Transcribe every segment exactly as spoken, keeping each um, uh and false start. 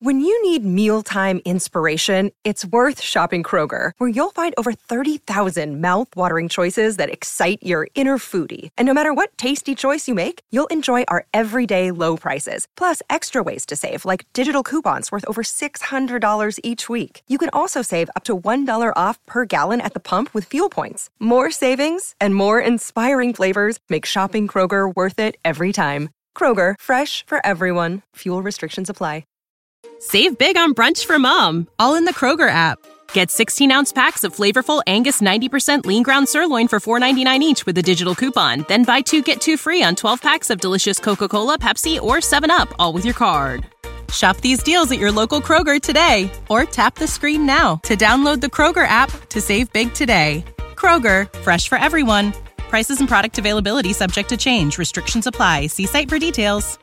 When you need mealtime inspiration, it's worth shopping Kroger, where you'll find over thirty thousand mouth-watering choices that excite your inner foodie. And no matter what tasty choice you make, you'll enjoy our everyday low prices, plus extra ways to save, like digital coupons worth over six hundred dollars each week. You can also save up to one dollar off per gallon at the pump with fuel points. More savings and more inspiring flavors make shopping Kroger worth it every time. Kroger, fresh for everyone. Fuel restrictions apply. Save big on brunch for mom, all in the Kroger app. Get sixteen-ounce packs of flavorful Angus ninety percent lean ground sirloin for four ninety-nine each with a digital coupon. Then buy two, get two free on twelve packs of delicious Coca-Cola, Pepsi, or seven up, all with your card. Shop these deals at your local Kroger today, or tap the screen now to download the Kroger app to save big today. Kroger, fresh for everyone. Prices and product availability subject to change. Restrictions apply. See site for details.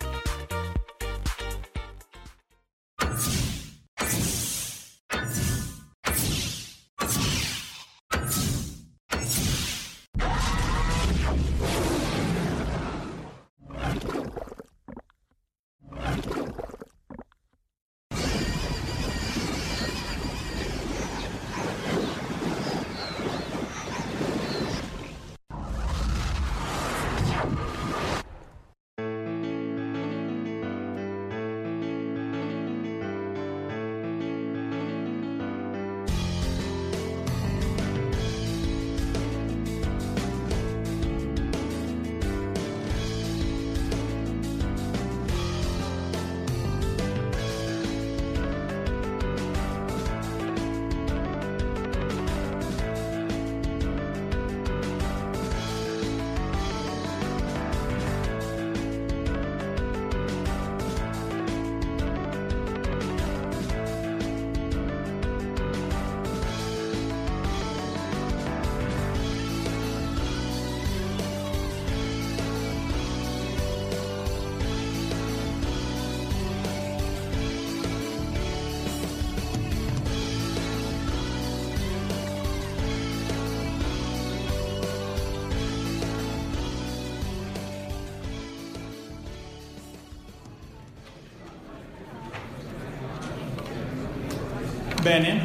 Bene,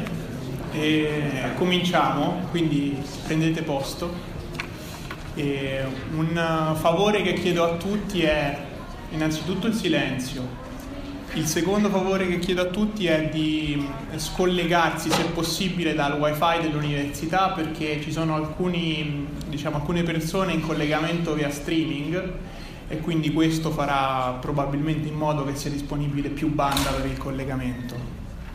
e cominciamo, quindi prendete posto. E un favore che chiedo a tutti è innanzitutto il silenzio. Il secondo favore che chiedo a tutti è di scollegarsi, se possibile, dal wifi dell'università, perché ci sono alcuni, diciamo, alcune persone in collegamento via streaming e quindi questo farà probabilmente in modo che sia disponibile più banda per il collegamento.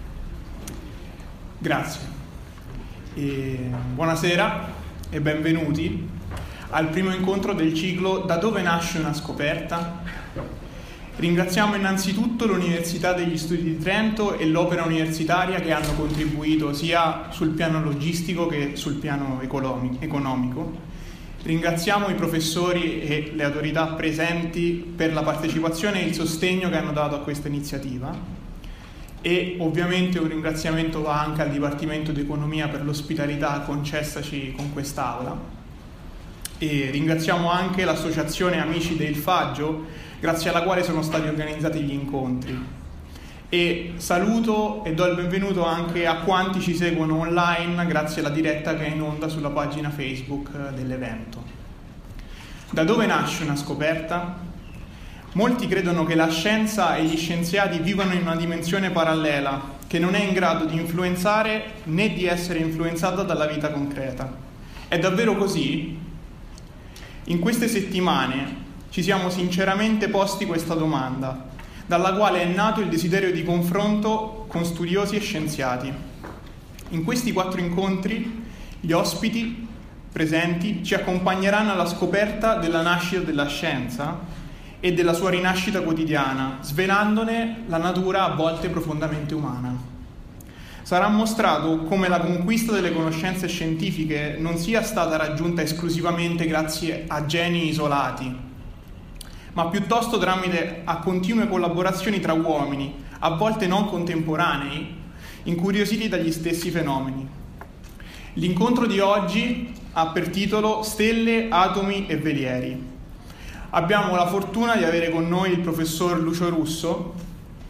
Grazie. E buonasera e benvenuti al primo incontro del ciclo Da dove nasce una scoperta? Ringraziamo innanzitutto l'Università degli Studi di Trento e l'Opera Universitaria che hanno contribuito sia sul piano logistico che sul piano economico. Ringraziamo i professori e le autorità presenti per la partecipazione e il sostegno che hanno dato a questa iniziativa. E ovviamente un ringraziamento va anche al Dipartimento di Economia per l'ospitalità concessaci con quest'aula. E ringraziamo anche l'Associazione Amici del Faggio, grazie alla quale sono stati organizzati gli incontri. E saluto e do il benvenuto anche a quanti ci seguono online grazie alla diretta che è in onda sulla pagina Facebook dell'evento. Da dove nasce una scoperta? Molti credono che la scienza e gli scienziati vivano in una dimensione parallela che non è in grado di influenzare né di essere influenzata dalla vita concreta. È davvero così? In queste settimane ci siamo sinceramente posti questa domanda, dalla quale è nato il desiderio di confronto con studiosi e scienziati. In questi quattro incontri gli ospiti presenti ci accompagneranno alla scoperta della nascita della scienza e della sua rinascita quotidiana, svelandone la natura a volte profondamente umana. Sarà mostrato come la conquista delle conoscenze scientifiche non sia stata raggiunta esclusivamente grazie a geni isolati, ma piuttosto tramite a continue collaborazioni tra uomini, a volte non contemporanei, incuriositi dagli stessi fenomeni. L'incontro di oggi ha per titolo Stelle, atomi e velieri. Abbiamo la fortuna di avere con noi il professor Lucio Russo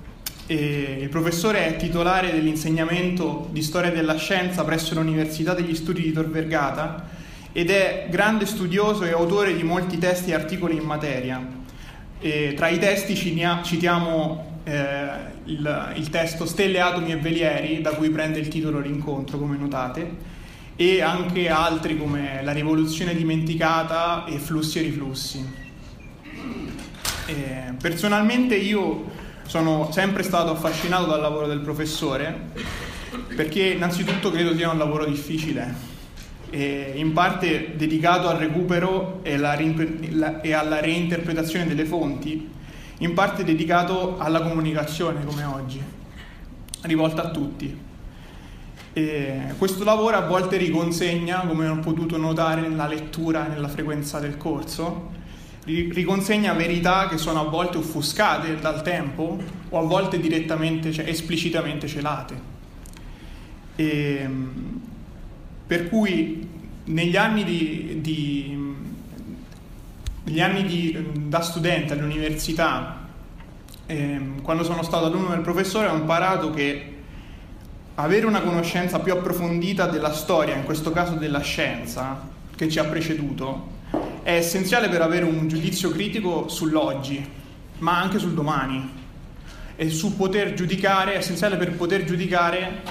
E il professore è titolare dell'insegnamento di storia della scienza presso l'Università degli Studi di Tor Vergata ed è grande studioso e autore di molti testi e articoli in materia. E tra i testi citiamo eh, il, il testo Stelle, atomi e velieri, da cui prende il titolo l'incontro, come notate, e anche altri come La rivoluzione dimenticata e Flussi e riflussi. E personalmente io sono sempre stato affascinato dal lavoro del professore, perché innanzitutto credo sia un lavoro difficile e in parte dedicato al recupero e, la, e alla reinterpretazione delle fonti, in parte dedicato alla comunicazione, come oggi, rivolta a tutti. E questo lavoro a volte riconsegna, come ho potuto notare nella lettura e nella frequenza del corso, riconsegna verità che sono a volte offuscate dal tempo o a volte direttamente, cioè esplicitamente celate. E, per cui negli anni di, di negli anni di, da studente all'università, eh, quando sono stato alunno del professore, ho imparato che avere una conoscenza più approfondita della storia, in questo caso della scienza che ci ha preceduto, è essenziale per avere un giudizio critico sull'oggi, ma anche sul domani, e su poter giudicare, è essenziale per poter giudicare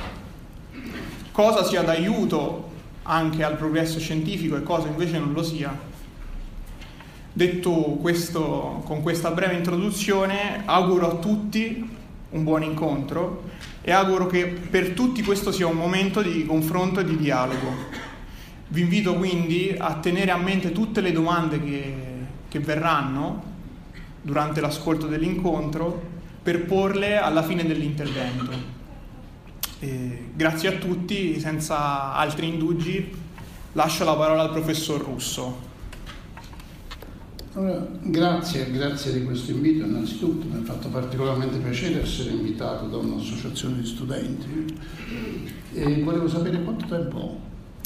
cosa sia d'aiuto anche al progresso scientifico e cosa invece non lo sia. Detto questo, con questa breve introduzione, auguro a tutti un buon incontro e auguro che per tutti questo sia un momento di confronto e di dialogo. Vi invito quindi a tenere a mente tutte le domande che, che verranno durante l'ascolto dell'incontro per porle alla fine dell'intervento. E grazie a tutti, senza altri indugi, lascio la parola al professor Russo. Allora, grazie, grazie di questo invito. Innanzitutto mi ha fatto particolarmente piacere essere invitato da un'associazione di studenti e volevo sapere quanto tempo ho.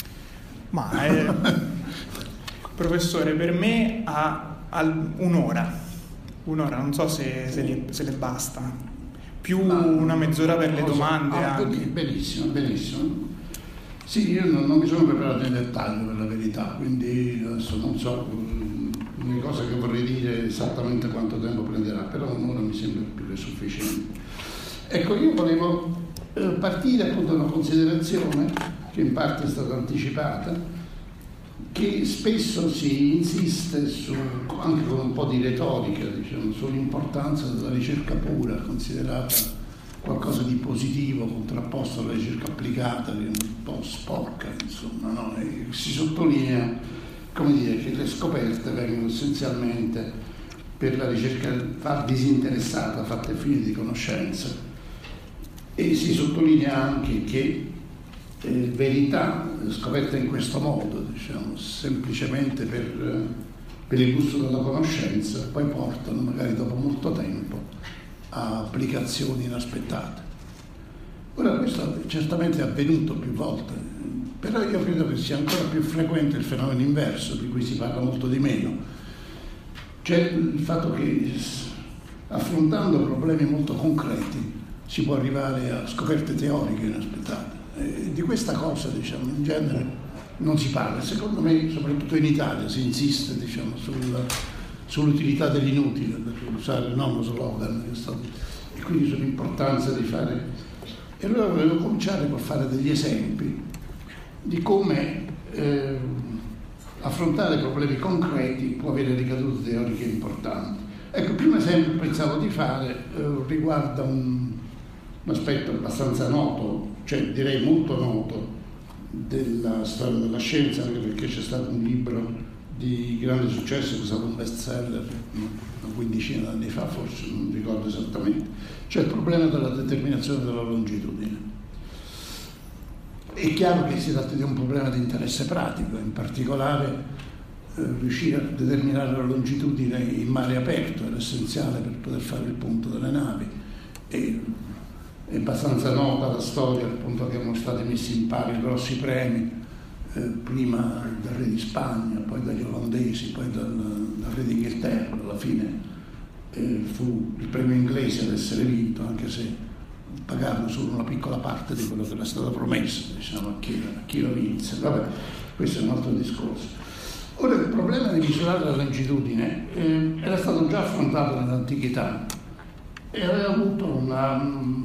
Ma eh, professore, per me ha, ha un'ora, un'ora, non so se, se, le, se le basta, più Ma, una mezz'ora per le domande. Ah, anche. Benissimo, benissimo. Sì, io non, non mi sono preparato in dettaglio per la verità, quindi adesso non so una cosa che vorrei dire esattamente quanto tempo prenderà, però un'ora mi sembra più che sufficiente. Ecco, io volevo eh, partire appunto da una considerazione che in parte è stata anticipata, che spesso si insiste su, anche con un po' di retorica, diciamo, sull'importanza della ricerca pura, considerata qualcosa di positivo, contrapposto alla ricerca applicata, che è un po' sporca, insomma, no? E si sottolinea, come dire, che le scoperte vengono essenzialmente per la ricerca disinteressata, fatta a fini di conoscenza, e si sottolinea anche che Eh, verità scoperte in questo modo, diciamo, semplicemente per, per il gusto della conoscenza, poi portano magari dopo molto tempo a applicazioni inaspettate. Ora questo certamente è avvenuto più volte, però io credo che sia ancora più frequente il fenomeno inverso, di cui si parla molto di meno, cioè il fatto che affrontando problemi molto concreti si può arrivare a scoperte teoriche inaspettate. Eh, di questa cosa, diciamo, in genere non si parla. Secondo me, soprattutto in Italia, si insiste, diciamo, sul, sull'utilità dell'inutile, per usare il nuovo slogan, e quindi sull'importanza di fare. E allora volevo cominciare col fare degli esempi di come eh, affrontare problemi concreti può avere ricadute teoriche importanti. Ecco, il primo esempio che pensavo di fare eh, riguarda un, un aspetto abbastanza noto, cioè direi molto noto, della storia della scienza, anche perché c'è stato un libro di grande successo che è stato un best seller una quindicina d'anni fa, forse, non ricordo esattamente, cioè il problema della determinazione della longitudine. È chiaro che si tratta di un problema di interesse pratico, in particolare eh, riuscire a determinare la longitudine in mare aperto era essenziale per poter fare il punto delle navi. E, è abbastanza nota la storia, appunto, che erano stati messi in pari grossi premi, eh, prima dal re di Spagna, poi dagli olandesi, poi dal, dal re d'Inghilterra. Alla fine eh, fu il premio inglese ad essere vinto, anche se pagavano solo una piccola parte di quello che era stato promesso, diciamo, a chi, a chi lo vinse. Vabbè, questo è un altro discorso. Ora, il problema di misurare la longitudine eh, era stato già affrontato nell'antichità e aveva avuto una,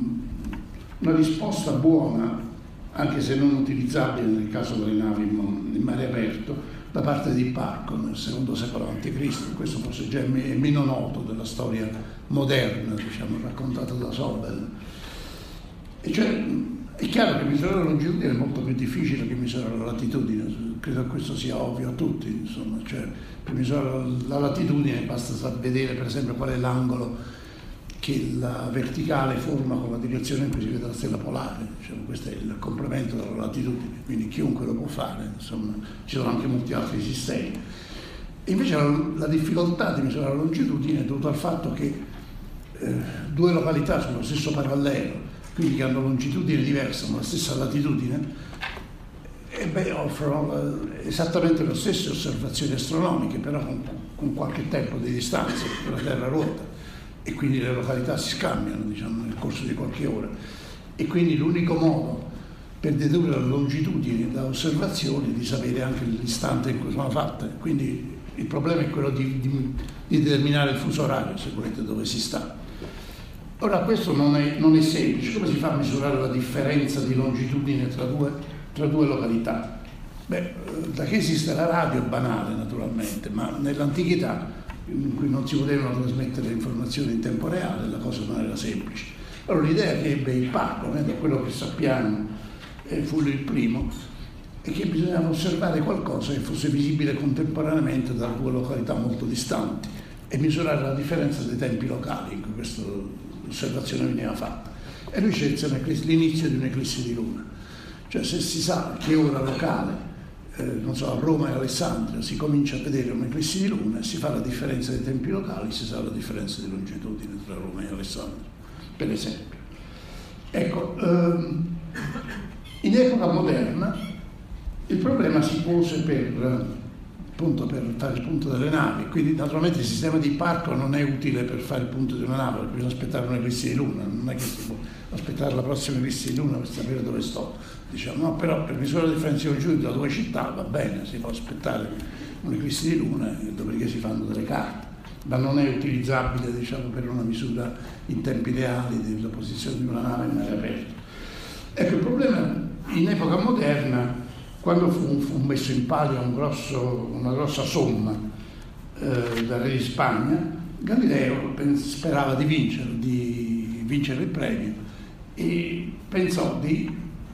una risposta buona, anche se non utilizzabile nel caso delle navi in, in mare aperto, da parte di Hipparco nel secondo secolo avanti Cristo. Questo forse già è meno noto della storia moderna, diciamo, raccontata da Sobel. E cioè, è chiaro che misurare la longitudine è molto più difficile che misurare la latitudine, credo che questo sia ovvio a tutti, insomma, cioè, per misurare la latitudine basta vedere per esempio qual è l'angolo che la verticale forma con la direzione in cui si vede la stella polare, diciamo, questo è il complemento della latitudine, quindi chiunque lo può fare, insomma, ci sono anche molti altri sistemi. E invece la, la difficoltà di misurare la longitudine è dovuta al fatto che eh, due località sullo stesso parallelo, quindi che hanno longitudine diversa ma la stessa latitudine, e beh, offrono eh, esattamente le stesse osservazioni astronomiche, però con, con qualche tempo di distanza, perché la Terra ruota. E quindi le località si scambiano, diciamo, nel corso di qualche ora, e quindi l'unico modo per dedurre la longitudine da osservazioni è di sapere anche l'istante in cui sono fatte. Quindi il problema è quello di, di, di determinare il fuso orario, se volete, dove si sta. Ora, questo non è, non è semplice. Come si fa a misurare la differenza di longitudine tra due, tra due località? Beh, da che esiste la radio è banale, naturalmente, ma nell'antichità, in cui non si potevano trasmettere le informazioni in tempo reale, la cosa non era semplice. Allora l'idea che ebbe Hipparco, eh, da quello che sappiamo, eh, fu il primo, è che bisognava osservare qualcosa che fosse visibile contemporaneamente da due località molto distanti e misurare la differenza dei tempi locali in cui questa osservazione veniva fatta. E lui scelse l'inizio di un'eclissi di luna. Cioè, se si sa che ora locale, Eh, non so, a Roma e Alessandria si comincia a vedere un'eclissi di luna e si fa la differenza dei tempi locali, si sa la differenza di longitudine tra Roma e Alessandria, per esempio. Ecco, ehm, in epoca moderna il problema si pose per, appunto, per fare il punto delle navi, quindi naturalmente il sistema di Hipparco non è utile per fare il punto di una nave, perché bisogna aspettare un'eclissi di luna, non è che si può aspettare la prossima eclissi di luna per sapere dove sto. Diciamo, no, però per misurare la differenza di longitudine da due città va bene, si può aspettare un'eclissi di luna e dopodiché si fanno delle carte, ma non è utilizzabile, diciamo, per una misura in tempi reali della posizione di una nave in mare aperto. Ecco, il problema in epoca moderna, quando fu, fu messo in palio un grosso, una grossa somma eh, dal re di Spagna, Galileo sperava di vincere, di vincere il premio e pensò di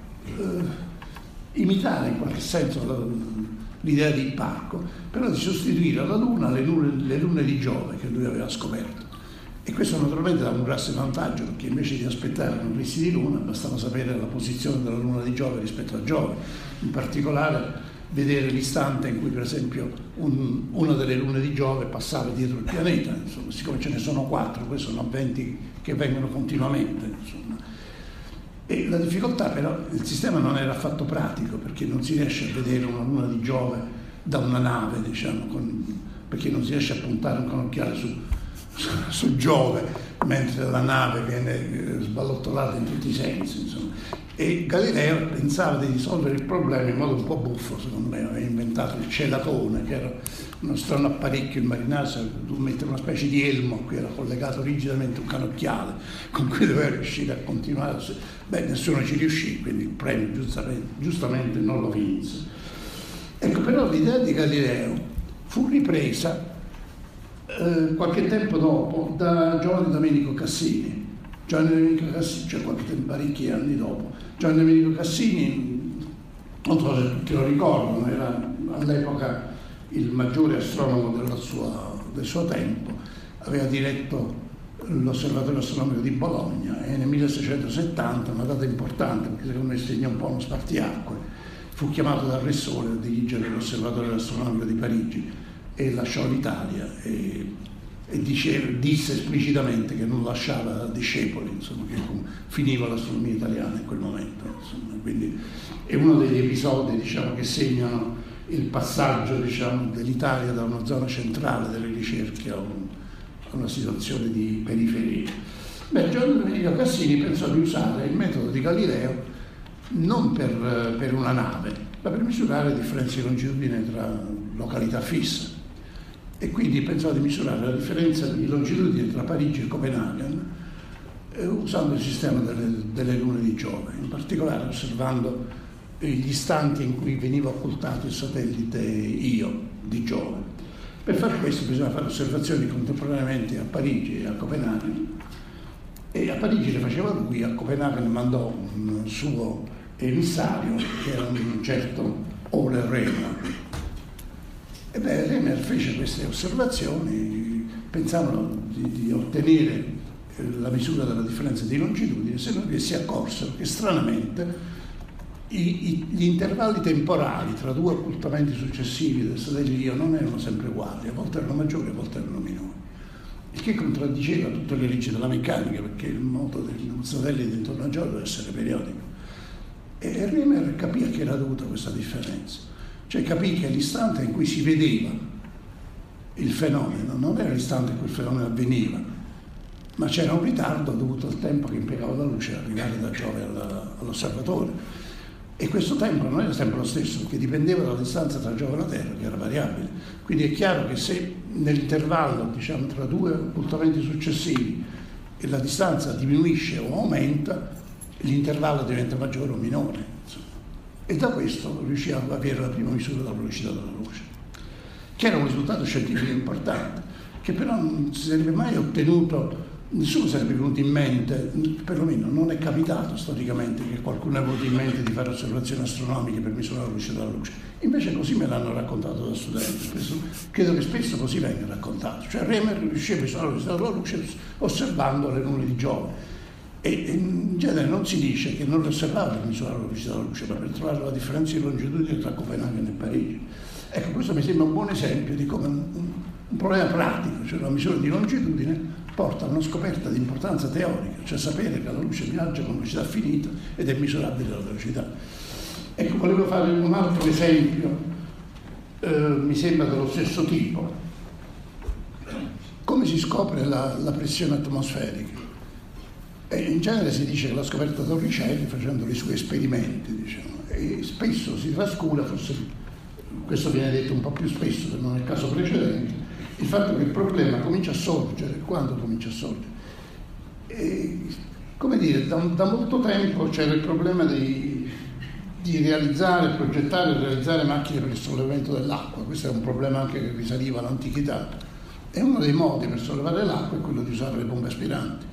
eh, imitare in qualche senso la, l'idea di Hipparco, però di sostituire alla Luna le lune, le lune di Giove che lui aveva scoperto. E questo naturalmente dava un grosso vantaggio, perché invece di aspettare un'eclissi di luna bastava sapere la posizione della luna di Giove rispetto a Giove, in particolare vedere l'istante in cui per esempio un, una delle lune di Giove passava dietro il pianeta. Insomma, siccome ce ne sono quattro, questi sono avventi che vengono continuamente, insomma. E la difficoltà però, il sistema non era affatto pratico, perché non si riesce a vedere una luna di Giove da una nave, diciamo, con, perché non si riesce a puntare un cannocchiale su su Giove, mentre la nave viene sballottolata in tutti i sensi, insomma. E Galileo pensava di risolvere il problema in modo un po' buffo, secondo me. Aveva inventato il celatone, che era uno strano apparecchio, il marinaio doveva mettere una specie di elmo a cui era collegato rigidamente un cannocchiale con cui doveva riuscire a continuare. Beh, nessuno ci riuscì, quindi il premio giustamente, giustamente non lo vinse. Ecco, però l'idea di Galileo fu ripresa Eh, qualche tempo dopo da Giovanni Domenico Cassini. Giovanni Domenico Cassini, cioè qualche tempo, parecchi anni dopo, Giovanni Domenico Cassini, non so se tutti lo ricordano, era all'epoca il maggiore astronomo della sua, del suo tempo, aveva diretto l'osservatorio astronomico di Bologna e nel milleseicentosettanta, una data importante perché secondo me segna un po' uno spartiacque, fu chiamato dal Re Sole a dirigere l'osservatorio astronomico di Parigi e lasciò l'Italia e, e dice, disse esplicitamente che non lasciava discepoli, insomma, che finiva l'astronomia italiana in quel momento, insomma. Quindi è uno degli episodi, diciamo, che segnano il passaggio, diciamo, dell'Italia da una zona centrale delle ricerche a, un, a una situazione di periferia. Beh, Giovanni Domenico Cassini pensò di usare il metodo di Galileo non per, per una nave, ma per misurare differenze di longitudine tra località fisse. E quindi pensò di misurare la differenza di longitudine tra Parigi e Copenaghen eh, usando il sistema delle, delle lune di Giove, in particolare osservando gli istanti in cui veniva occultato il satellite Io di Giove. Per fare questo bisogna fare osservazioni contemporaneamente a Parigi e a Copenaghen, e a Parigi le faceva lui, a Copenaghen mandò un suo emissario che era un certo Ole Remer. E beh, Remer fece queste osservazioni pensando di, di ottenere la misura della differenza di longitudine, se non che si accorsero che stranamente i, i, gli intervalli temporali tra due occultamenti successivi del satellite Io non erano sempre uguali, a volte erano maggiori, a volte erano minori, il che contraddiceva tutte le leggi della meccanica, perché il moto del satellite intorno a Giove deve essere periodico. E Remer capì a che era dovuta questa differenza. Cioè capì che l'istante in cui si vedeva il fenomeno non era l'istante in cui il fenomeno avveniva, ma c'era un ritardo dovuto al tempo che impiegava la luce ad arrivare da Giove all'osservatore. E questo tempo non era sempre lo stesso, perché dipendeva dalla distanza tra Giove e la Terra, che era variabile. Quindi è chiaro che se nell'intervallo, diciamo, tra due occultamenti successivi la distanza diminuisce o aumenta, l'intervallo diventa maggiore o minore. E da questo riuscì a avere la prima misura della velocità della luce, che era un risultato scientifico importante, che però non si sarebbe mai ottenuto, nessuno sarebbe venuto in mente, perlomeno non è capitato storicamente che qualcuno abbia avuto in mente di fare osservazioni astronomiche per misurare la velocità della luce. Invece così me l'hanno raccontato da studenti, spesso, credo che spesso così venga raccontato. Cioè Remer riusciva a misurare la velocità della luce osservando le lune di Giove. E in genere non si dice che non le osservava per misurare la velocità della luce, ma per trovare la differenza di longitudine tra Copenaghen e Parigi. Ecco, questo mi sembra un buon esempio di come un, un, un problema pratico, cioè la misura di longitudine, porta a una scoperta di importanza teorica, cioè sapere che la luce viaggia con velocità finita ed è misurabile la velocità. Ecco, volevo fare un altro esempio, eh, mi sembra dello stesso tipo. Come si scopre la, la pressione atmosferica? E in genere si dice che l'ha scoperta Torricelli facendo i suoi esperimenti, diciamo, e spesso si trascura, forse questo viene detto un po' più spesso, se non nel caso precedente, il fatto che il problema comincia a sorgere. Quando comincia a sorgere? E, come dire, da, da molto tempo c'era il problema di, di realizzare, progettare e realizzare macchine per il sollevamento dell'acqua. Questo è un problema anche che risaliva all'antichità, e uno dei modi per sollevare l'acqua è quello di usare le pompe aspiranti.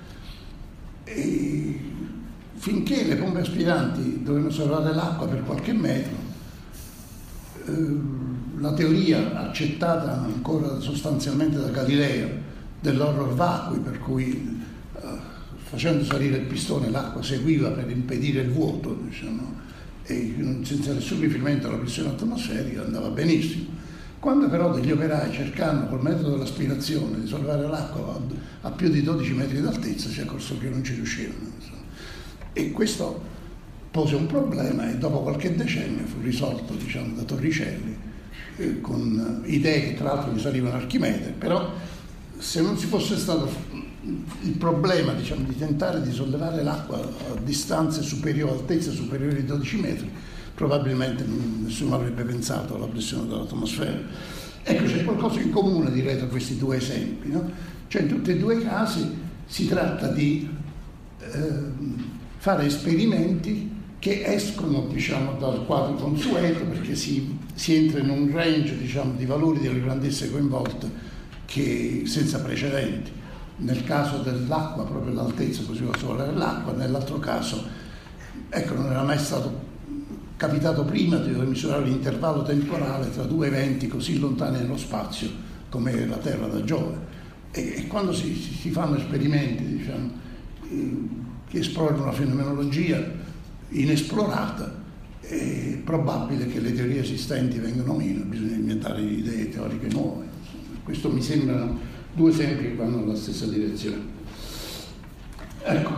E finché le pompe aspiranti dovevano sollevare l'acqua per qualche metro, eh, la teoria accettata ancora sostanzialmente da Galileo dell'horror vacui, per cui eh, facendo salire il pistone l'acqua seguiva per impedire il vuoto, diciamo, e senza nessun riferimento alla pressione atmosferica andava benissimo. Quando però degli operai cercando col metodo dell'aspirazione di sollevare l'acqua a, a più di dodici metri d'altezza, si accorsero che non ci riuscivano. Insomma. E questo pose un problema, e dopo qualche decennio fu risolto, diciamo, da Torricelli, eh, con idee che tra l'altro risalivano a Archimede. Però se non si fosse stato il problema, diciamo, di tentare di sollevare l'acqua a distanze superiori, altezze superiori ai dodici metri, probabilmente nessuno avrebbe pensato alla pressione dell'atmosfera. Ecco, c'è qualcosa in comune, direi, tra questi due esempi, no? Cioè in tutti e due i casi si tratta di eh, fare esperimenti che escono, diciamo, dal quadro consueto, perché si, si entra in un range, diciamo, di valori delle grandezze coinvolte che senza precedenti. Nel caso dell'acqua proprio l'altezza, così va a sollevare l'acqua, nell'altro caso, ecco, non era mai stato capitato prima di dover misurare l'intervallo temporale tra due eventi così lontani nello spazio come la Terra da Giove. E, e quando si, si fanno esperimenti, diciamo, eh, che esplorano una fenomenologia inesplorata, è probabile che le teorie esistenti vengano meno, bisogna inventare idee teoriche nuove. Questo mi sembrano due esempi che vanno nella stessa direzione. Ecco,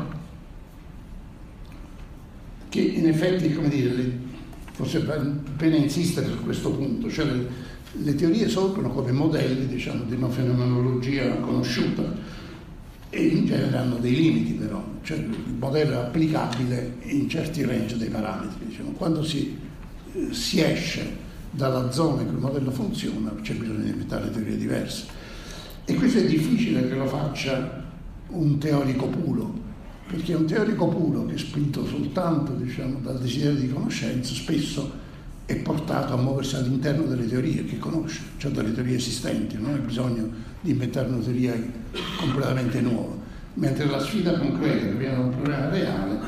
che in effetti, come dire, le, forse è bene insistere su questo punto, cioè le, le teorie sorgono come modelli, diciamo, di una fenomenologia conosciuta, e in genere hanno dei limiti però, cioè il modello è applicabile in certi range dei parametri, diciamo. Quando si, eh, si esce dalla zona in cui il modello funziona c'è bisogno di inventare teorie diverse, e questo è difficile che lo faccia un teorico puro, perché un teorico puro che è spinto soltanto, diciamo, dal desiderio di conoscenza spesso è portato a muoversi all'interno delle teorie che conosce, cioè delle teorie esistenti, non ha bisogno di inventare una teoria completamente nuova, mentre la sfida concreta che viene da un problema reale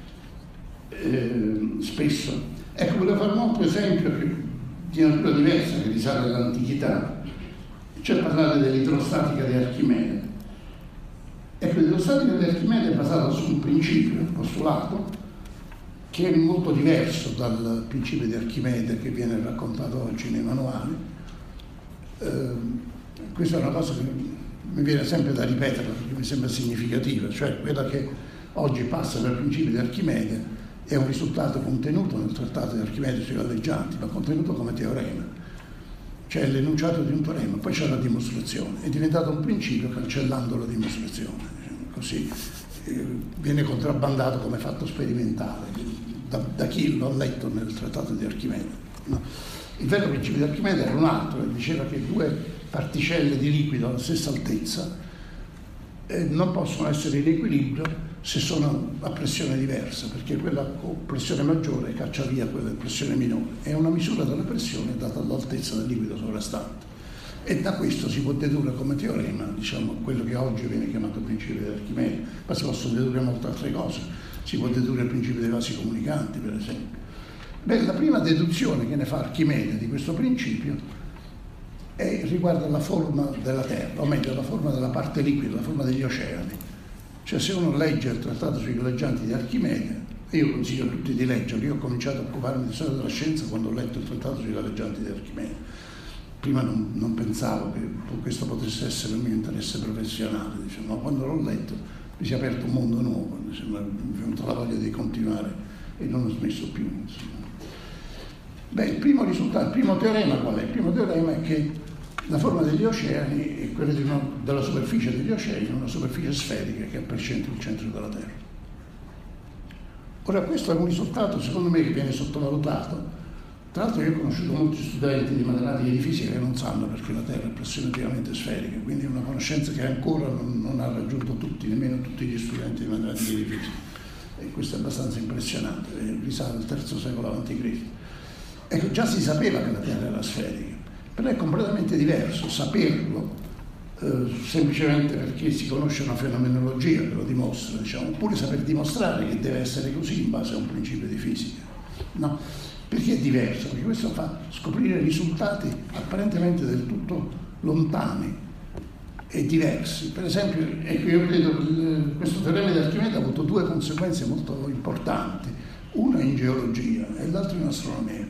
eh, spesso, ecco, volevo fare un altro esempio che, di natura diversa, che risale all'antichità, cioè parlare dell'idrostatica di Archimede. Ecco, l'idrostatica di Archimede è basata su un principio, un postulato, che è molto diverso dal principio di Archimede che viene raccontato oggi nei manuali. Eh, questa è una cosa che mi viene sempre da ripetere perché mi sembra significativa, cioè quella che oggi passa per il principio di Archimede è un risultato contenuto nel trattato di Archimede sui galleggianti, ma contenuto come teorema, cioè l'enunciato di un teorema, poi c'è la dimostrazione, è diventato un principio cancellando la dimostrazione, così eh, viene contrabbandato come fatto sperimentale da, da chi l'ha letto nel trattato di Archimede. No? Il vero principio di Archimede era un altro, diceva che due particelle di liquido alla stessa altezza eh, non possono essere in equilibrio se sono a pressione diversa, perché quella con pressione maggiore caccia via quella di pressione minore. È una misura della pressione data dall'altezza del liquido sovrastante. E da questo si può dedurre come teorema, diciamo, quello che oggi viene chiamato il principio di Archimede, ma si possono dedurre molte altre cose. Si può dedurre il principio dei vasi comunicanti, per esempio. Beh, la prima deduzione che ne fa Archimede di questo principio è, riguarda la forma della Terra, o meglio, la forma della parte liquida, la forma degli oceani. Cioè, se uno legge il trattato sui galleggianti di Archimede, e io consiglio a tutti di leggerlo, io ho cominciato a occuparmi di storia della scienza quando ho letto il trattato sui galleggianti di Archimede. Prima non, non pensavo che questo potesse essere il mio interesse professionale, diciamo, ma quando l'ho letto mi si è aperto un mondo nuovo, mi è venuta la voglia di continuare e non ho smesso più. Insomma. Beh, il primo risultato, il primo teorema qual è? Il primo teorema è che la forma degli oceani è quella di una, della superficie degli oceani, una superficie sferica che ha per centro il centro della Terra. Ora, questo è un risultato, secondo me, che viene sottovalutato. Tra l'altro io ho conosciuto molti studenti di matematica e di fisica che non sanno perché la Terra è pressionattivamente sferica, quindi è una conoscenza che ancora non, non ha raggiunto tutti, nemmeno tutti gli studenti di matematica e di fisica. E questo è abbastanza impressionante, risale al terzo secolo avanti Cristo. Ecco, già si sapeva che la Terra era sferica, però è completamente diverso saperlo eh, semplicemente perché si conosce una fenomenologia che lo dimostra, diciamo, oppure saper dimostrare che deve essere così in base a un principio di fisica. No? Perché è diverso? Perché questo fa scoprire risultati apparentemente del tutto lontani e diversi. Per esempio, ecco, io credo che questo teorema di Archimede ha avuto due conseguenze molto importanti, una in geologia e l'altra in astronomia.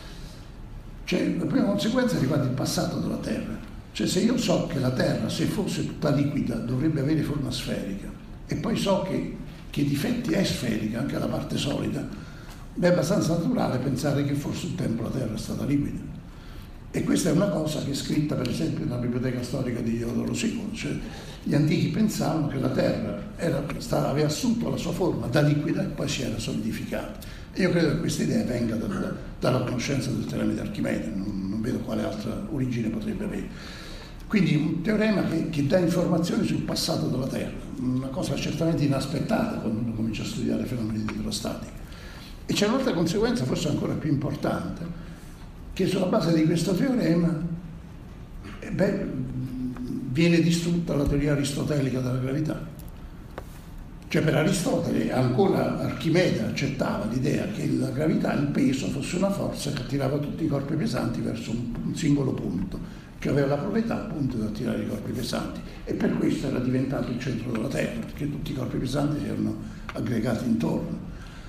Cioè, la prima conseguenza riguarda il passato della Terra. Cioè, se io so che la Terra, se fosse tutta liquida, dovrebbe avere forma sferica, e poi so che, che difetti è sferica, anche la parte solida, beh, è abbastanza naturale pensare che forse un tempo la Terra è stata liquida. E questa è una cosa che è scritta, per esempio, nella biblioteca storica di Diodoro Siculo. Cioè, gli antichi pensavano che la Terra era, stava, aveva assunto la sua forma da liquida e poi si era solidificata. E io credo che questa idea venga dalla, dalla conoscenza del teorema di Archimede, non, non vedo quale altra origine potrebbe avere. Quindi un teorema che, che dà informazioni sul passato della Terra, una cosa certamente inaspettata quando uno comincia a studiare fenomeni di idrostatica. E c'è un'altra conseguenza, forse ancora più importante, che sulla base di questo teorema eh beh, viene distrutta la teoria aristotelica della gravità. Cioè, per Aristotele, ancora Archimede accettava l'idea che la gravità, il peso, fosse una forza che attirava tutti i corpi pesanti verso un, un singolo punto, che aveva la proprietà appunto di attirare i corpi pesanti, e per questo era diventato il centro della Terra, perché tutti i corpi pesanti si erano aggregati intorno.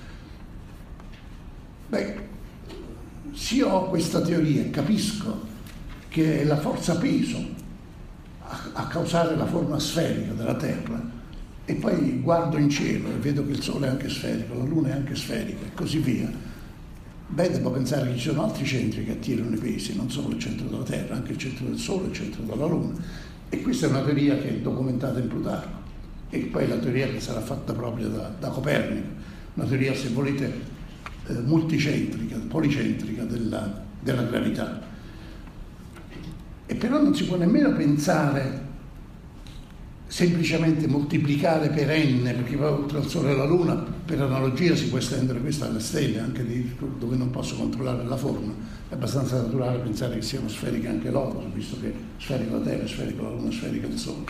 Beh, se io ho questa teoria e capisco che è la forza peso a, a causare la forma sferica della Terra, e poi guardo in cielo e vedo che il Sole è anche sferico, la Luna è anche sferica e così via, beh, devo pensare che ci sono altri centri che attirano i pesi, non solo il centro della Terra, anche il centro del Sole, il centro della Luna. E questa è una teoria che è documentata in Plutarco. e poi la teoria che sarà fatta proprio da, da Copernico, una teoria, se volete, eh, multicentrica, policentrica della, della gravità. E però non si può nemmeno pensare semplicemente moltiplicare per n, perché poi oltre al Sole e alla Luna, per analogia si può estendere questo alle stelle, anche lì dove non posso controllare la forma. È abbastanza naturale pensare che siano sferiche anche loro, visto che sferica la Terra, sferica la Luna, sferica il Sole.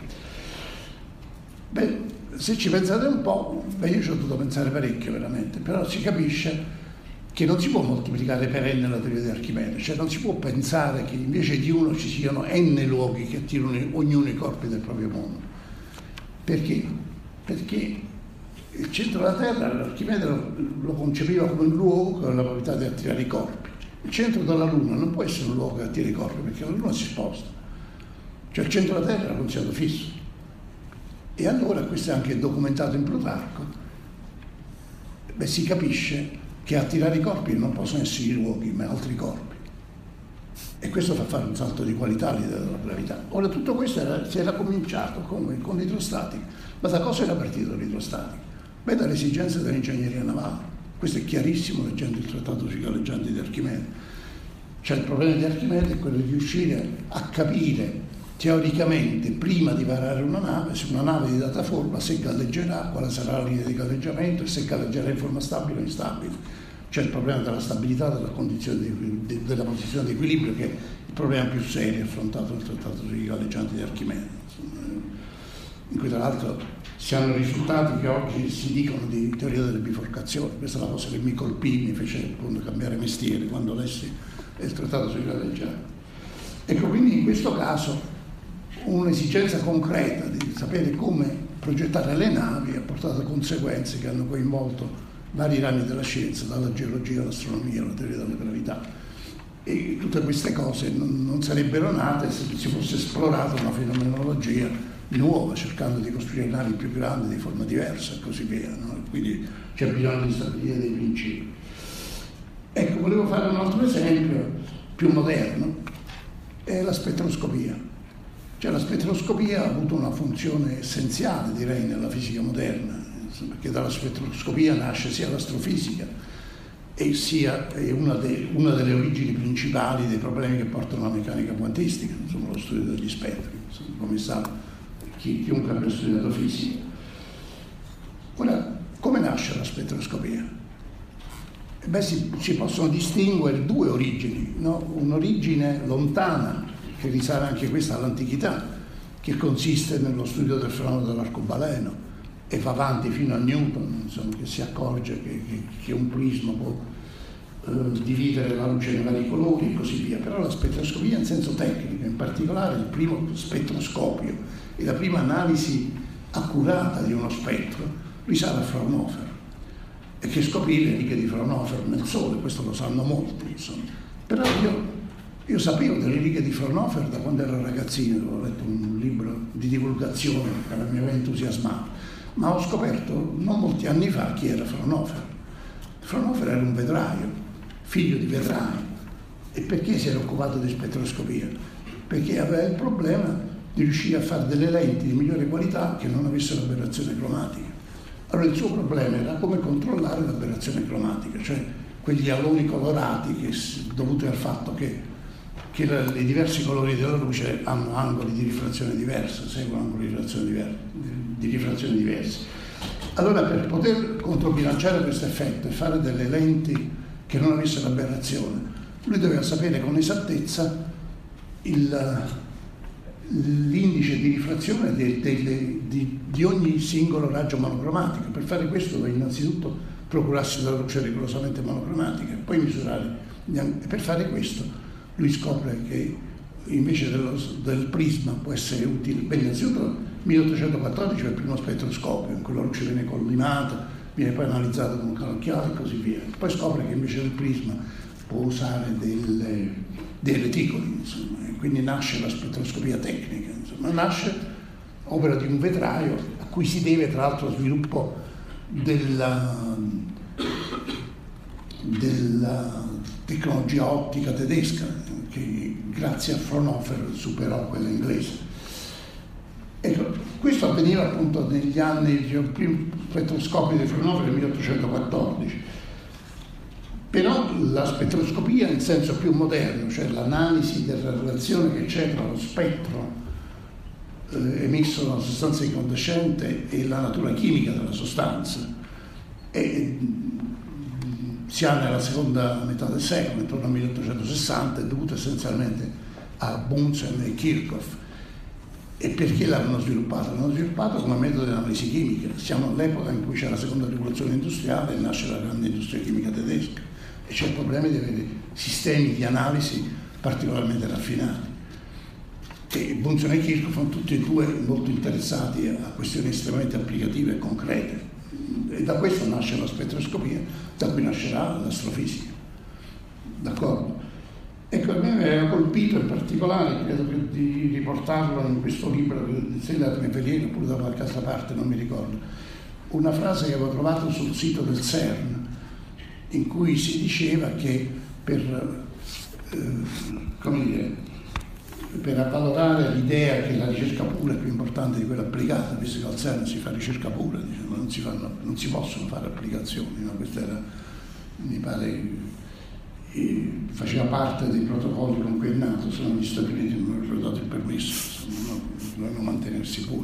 Beh, se ci pensate un po', beh, io ci ho dovuto pensare parecchio veramente, però si capisce che non si può moltiplicare per n la teoria di Archimede, cioè non si può pensare che invece di uno ci siano n luoghi che attirano ognuno i corpi del proprio mondo. Perché? Perché il centro della Terra, l'Archimede lo, lo concepiva come un luogo che ha la probabilità di attirare i corpi. Il centro della Luna non può essere un luogo che attira i corpi, perché la Luna si sposta. Cioè il centro della Terra era considerato fisso. E allora, questo è anche documentato in Plutarco, beh, si capisce che a attirare i corpi non possono essere i luoghi, ma altri corpi. E questo fa fare un salto di qualità all'idea della gravità. Ora, tutto questo era, si era cominciato come, con l'idrostatica. Ma da cosa era partito l'idrostatica? Beh, dalle esigenze dell'ingegneria navale. Questo è chiarissimo leggendo il trattato sui galleggianti di Archimede. Cioè il problema di Archimede è quello di riuscire a capire teoricamente, prima di varare una nave, se una nave di data forma, se galleggerà, quale sarà la linea di galleggiamento e se galleggerà in forma stabile o instabile. C'è il problema della stabilità, della condizione di, de, della posizione di equilibrio, che è il problema più serio affrontato nel trattato sui galleggianti di Archimede, in cui tra l'altro si hanno risultati che oggi si dicono di teoria delle biforcazioni. Questa è la cosa che mi colpì, mi fece appunto cambiare mestiere quando lessi il trattato sui galleggianti. Ecco, quindi in questo caso un'esigenza concreta di sapere come progettare le navi ha portato a conseguenze che hanno coinvolto vari rami della scienza, dalla geologia all'astronomia, alla teoria della gravità. E tutte queste cose non, non sarebbero nate se si fosse esplorata una fenomenologia nuova, cercando di costruire navi più grandi, di forma diversa e così via, no? Quindi c'è bisogno di stabilire dei principi. Ecco, volevo fare un altro esempio più moderno, è la spettroscopia. Cioè la spettroscopia ha avuto una funzione essenziale, direi, nella fisica moderna, perché dalla spettroscopia nasce sia l'astrofisica e sia è una, de, una delle origini principali dei problemi che portano alla meccanica quantistica, insomma lo studio degli spettri, insomma, come sa chi, chiunque abbia studiato fisica. Ora, come nasce la spettroscopia? E beh, si, si possono distinguere due origini, no? Un'origine lontana, che risale anche questa all'antichità, che consiste nello studio del fenomeno dell'arcobaleno e va avanti fino a Newton, insomma, che si accorge che, che, che un prisma può eh, dividere la luce nei vari colori e così via. Però la spettroscopia in senso tecnico, in particolare il primo spettroscopio e la prima analisi accurata di uno spettro, risale a Fraunhofer, e che scoprì le righe di Fraunhofer nel Sole, questo lo sanno molti, insomma. Però io Io sapevo delle righe di Fraunhofer da quando ero ragazzino, avevo letto un libro di divulgazione che mi aveva entusiasmato, ma ho scoperto non molti anni fa chi era Fraunhofer. Fraunhofer era un vedraio, figlio di vedrai. E perché si era occupato di spettroscopia? Perché aveva il problema di riuscire a fare delle lenti di migliore qualità che non avessero aberrazione cromatica. Allora il suo problema era come controllare l'aberrazione cromatica, cioè quegli aloni colorati che, dovuti al fatto che che i diversi colori della luce hanno angoli di rifrazione diversi, seguono angoli di rifrazione diversi, di rifrazione diversi. Allora, per poter controbilanciare questo effetto e fare delle lenti che non avessero aberrazione, lui doveva sapere con esattezza il, l'indice di rifrazione de, de, de, di, di ogni singolo raggio monocromatico. Per fare questo doveva innanzitutto procurarsi della luce rigorosamente monocromatica, poi misurare. E per fare questo lui scopre che invece dello, del prisma può essere utile. Beh, innanzitutto nel milleottocentoquattordici è il primo spettroscopio in cui la luce viene collimata, viene poi analizzata con un canocchiale e così via. Poi scopre che invece del prisma può usare delle, dei reticoli, insomma, e quindi nasce la spettroscopia tecnica, insomma, nasce opera di un vetraio a cui si deve tra l'altro lo sviluppo della, della tecnologia ottica tedesca, che grazie a Fraunhofer superò quella inglese. Ecco, Questo avveniva appunto negli anni, il primo spettroscopio di Fraunhofer nel milleottocentoquattordici. Però la spettroscopia in senso più moderno, cioè l'analisi della relazione che c'è tra lo spettro eh, emesso da una sostanza incandescente e la natura chimica della sostanza, e, mh, si ha nella seconda metà del secolo, intorno al milleottocentosessanta, è dovuto essenzialmente a Bunsen e Kirchhoff. E perché l'hanno sviluppato? L'hanno sviluppato come metodo di analisi chimica. Siamo all'epoca in cui c'è la seconda rivoluzione industriale e nasce la grande industria chimica tedesca e c'è il problema di avere sistemi di analisi particolarmente raffinati. E Bunsen e Kirchhoff sono tutti e due molto interessati a questioni estremamente applicative e concrete. E da questo nasce la spettroscopia, da cui nascerà l'astrofisica. D'accordo? Ecco, a me mi aveva colpito in particolare, credo che di riportarlo in questo libro, sia da Trevelliero oppure da qualche altra parte, non mi ricordo, una frase che avevo trovato sul sito del CERN, in cui si diceva che per, eh, come dire, per avvalorare l'idea che la ricerca pura è più importante di quella applicata, visto che al CERN si fa ricerca pura, diciamo, non, si fanno, non si possono fare applicazioni, no? Questo era, mi pare, e faceva parte dei protocolli con cui è nato, se no gli Stati Uniti non avrebbero dato il permesso, no, dovevano mantenersi puri.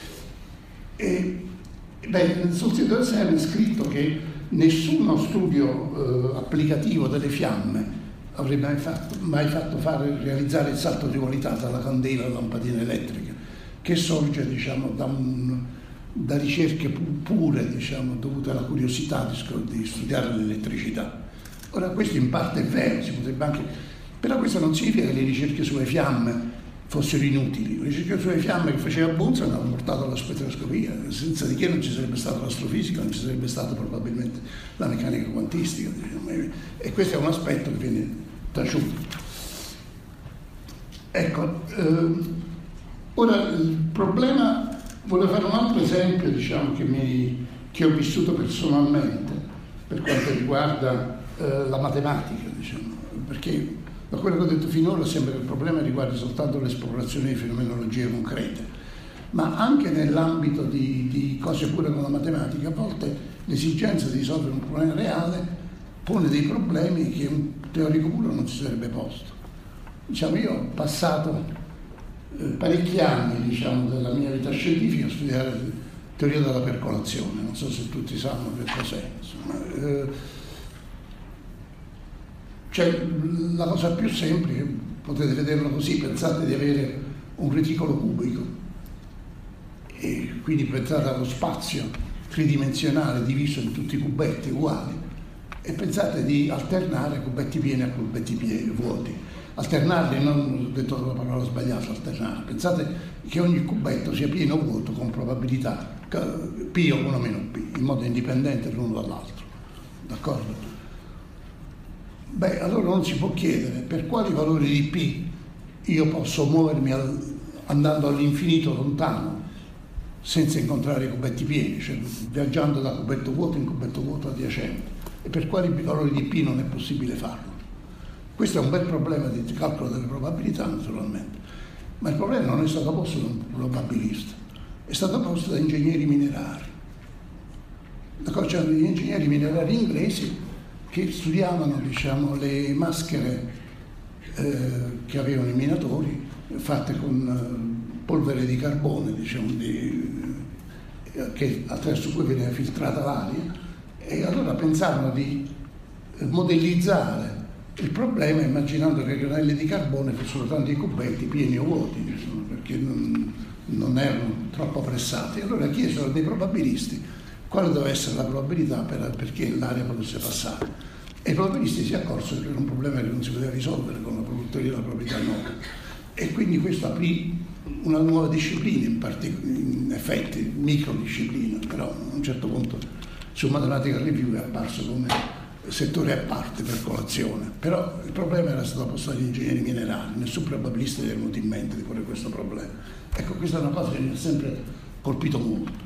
E, beh, sul sito del CERN è scritto che nessuno studio eh, applicativo delle fiamme avrebbe mai fatto, mai fatto fare, realizzare il salto di qualità dalla candela alla lampadina elettrica, che sorge, diciamo, da, un, da ricerche pu- pure, diciamo, dovute alla curiosità di, di studiare l'elettricità. Ora, questo in parte è vero, si potrebbe anche, però questo non significa che le ricerche sulle fiamme fossero inutili. Le ricerche sulle fiamme che faceva Bunsen hanno portato alla spettroscopia, senza di che non ci sarebbe stata l'astrofisica, non ci sarebbe stata probabilmente la meccanica quantistica, diciamo. E questo è un aspetto che viene taciuto. Ecco, eh, ora il problema, volevo fare un altro esempio, diciamo, che, mi, che ho vissuto personalmente per quanto riguarda eh, la matematica, diciamo, perché da quello che ho detto finora sembra che il problema riguardi soltanto l'esplorazione di fenomenologie concrete, ma anche nell'ambito di, di cose pure con la matematica, a volte l'esigenza di risolvere un problema reale pone dei problemi che un teorico puro non si sarebbe posto. Diciamo, io ho passato eh, parecchi anni, diciamo, della mia vita scientifica a studiare teoria della percolazione, non so se tutti sanno che cos'è, insomma. Eh, Cioè, la cosa più semplice, potete vederlo così, pensate di avere un reticolo cubico e quindi pensate allo spazio tridimensionale diviso in tutti i cubetti uguali e pensate di alternare cubetti pieni a cubetti pieni, vuoti. Alternarli, non ho detto la parola sbagliata, alternare. Pensate che ogni cubetto sia pieno o vuoto con probabilità P o uno meno P, in modo indipendente l'uno dall'altro. D'accordo? Beh, allora non si può chiedere per quali valori di P io posso muovermi al, andando all'infinito lontano senza incontrare i cubetti pieni, cioè viaggiando da cubetto vuoto in cubetto vuoto adiacente, e per quali valori di P non è possibile farlo. Questo è un bel problema di calcolo delle probabilità, naturalmente, ma il problema non è stato posto da un probabilista, è stato posto da ingegneri minerari. D'accordo? C'erano degli ingegneri minerari inglesi che studiavano, diciamo, le maschere eh, che avevano i minatori fatte con eh, polvere di carbone, diciamo, di, eh, che, attraverso cui veniva filtrata l'aria, e allora pensavano di modellizzare il problema immaginando che i granelli di carbone fossero tanti cubetti pieni o vuoti, diciamo, perché non, non erano troppo pressati. Allora chiesero dei probabilisti quale doveva essere la probabilità per, perché l'aria potesse passare. E i probabilisti si accorsero che era un problema che non si poteva risolvere con la teoria della probabilità nuova. E quindi questo aprì una nuova disciplina, in, partic- in effetti microdisciplina, però a un certo punto su Mathematical Review è apparso come settore a parte, percolazione. Però il problema era stato posto dagli ingegneri minerari, nessun probabilista gli è venuto in mente di porre questo problema. Ecco, questa è una cosa che mi ha sempre colpito molto.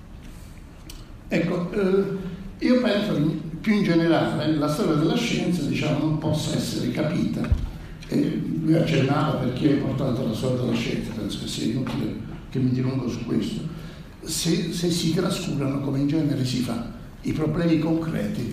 Ecco, eh, io penso che più in generale la storia della scienza, diciamo, non possa essere capita, e lui accennava perché è importante la storia della scienza, penso che sia inutile che mi dilungo su questo, se, se si trascurano, come in genere si fa, i problemi concreti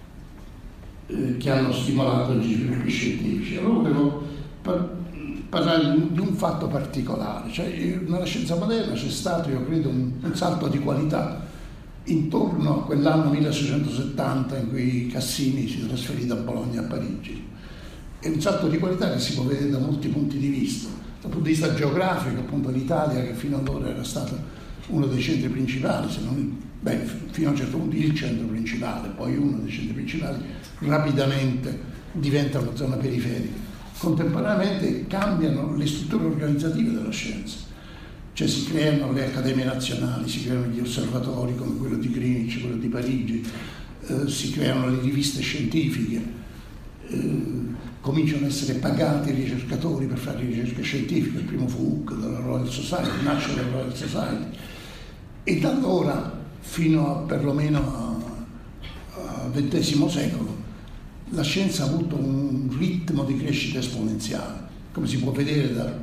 eh, che hanno stimolato gli sviluppi scientifici. Allora volevo par- parlare di un fatto particolare, cioè nella scienza moderna c'è stato, io credo, un, un salto di qualità intorno a quell'anno milleseicentosettanta in cui Cassini si trasferì da Bologna a Parigi. È un salto di qualità che si può vedere da molti punti di vista. Dal punto di vista geografico, appunto, l'Italia, che fino ad ora era stato uno dei centri principali, se non, beh, fino a un certo punto il centro principale, poi uno dei centri principali, rapidamente diventa una zona periferica. Contemporaneamente cambiano le strutture organizzative della scienza, cioè si creano le accademie nazionali, si creano gli osservatori come quello di Greenwich, quello di Parigi, eh, si creano le riviste scientifiche, eh, cominciano ad essere pagati i ricercatori per fare ricerche scientifiche. Il primo fu Hooke dalla Royal Society, nasce la Royal Society, e da allora fino a perlomeno al ventesimo secolo la scienza ha avuto un ritmo di crescita esponenziale, come si può vedere da,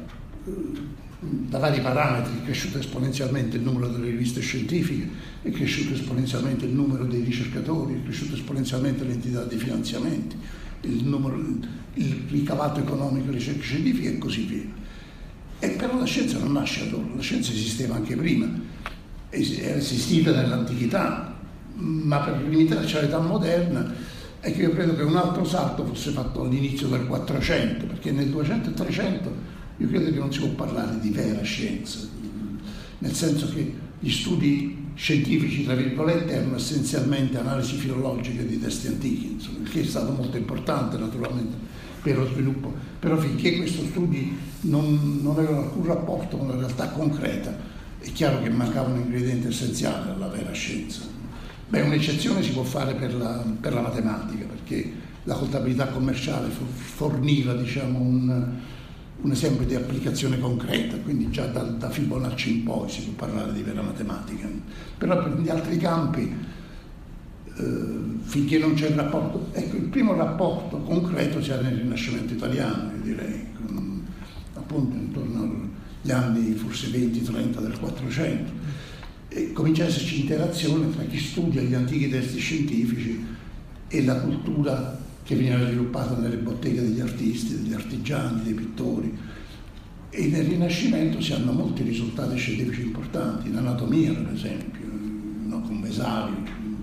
da vari parametri. È cresciuto esponenzialmente il numero delle riviste scientifiche, è cresciuto esponenzialmente il numero dei ricercatori, è cresciuto esponenzialmente l'entità dei finanziamenti, il, numero, il ricavato economico delle ricerche scientifiche e così via. E però la scienza non nasce allora, la scienza esisteva anche prima, era esistita nell'antichità, ma per limitarci all'età moderna è che io credo che un altro salto fosse fatto all'inizio del quattrocento, perché nel duecento e trecento io credo che non si può parlare di vera scienza, nel senso che gli studi scientifici, tra virgolette, erano essenzialmente analisi filologiche di testi antichi, insomma, il che è stato molto importante naturalmente per lo sviluppo, però finché questi studi non, non avevano alcun rapporto con la realtà concreta, è chiaro che mancava un ingrediente essenziale alla vera scienza. Beh, un'eccezione si può fare per la, per la matematica, perché la contabilità commerciale forniva, diciamo, un, un esempio di applicazione concreta, quindi già da, da Fibonacci in poi si può parlare di vera matematica. Però per gli altri campi, eh, finché non c'è il rapporto, ecco, il primo rapporto concreto c'era nel Rinascimento italiano, io direi, con, appunto intorno agli anni forse venti trenta del quattrocento. E comincia ad esserci interazione tra chi studia gli antichi testi scientifici e la cultura che veniva sviluppata nelle botteghe degli artisti, degli artigiani, dei pittori. E nel Rinascimento si hanno molti risultati scientifici importanti, in anatomia per esempio, no, con Vesario,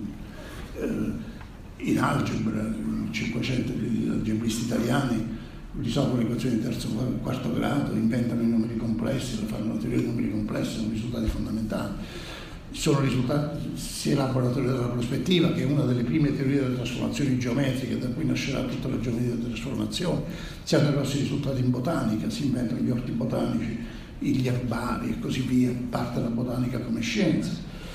eh, in algebra, cinquecento algebristi italiani risolvono le equazioni di terzo e quarto grado, inventano i numeri complessi, fanno la teoria dei numeri complessi, sono risultati fondamentali. Sono risultati sia l'elaborato la teoria della prospettiva, che è una delle prime teorie delle trasformazioni geometriche, da cui nascerà tutta la geometria delle trasformazioni. Si hanno grossi risultati in botanica, si inventano gli orti botanici, gli erbari e così via, parte la botanica come scienza.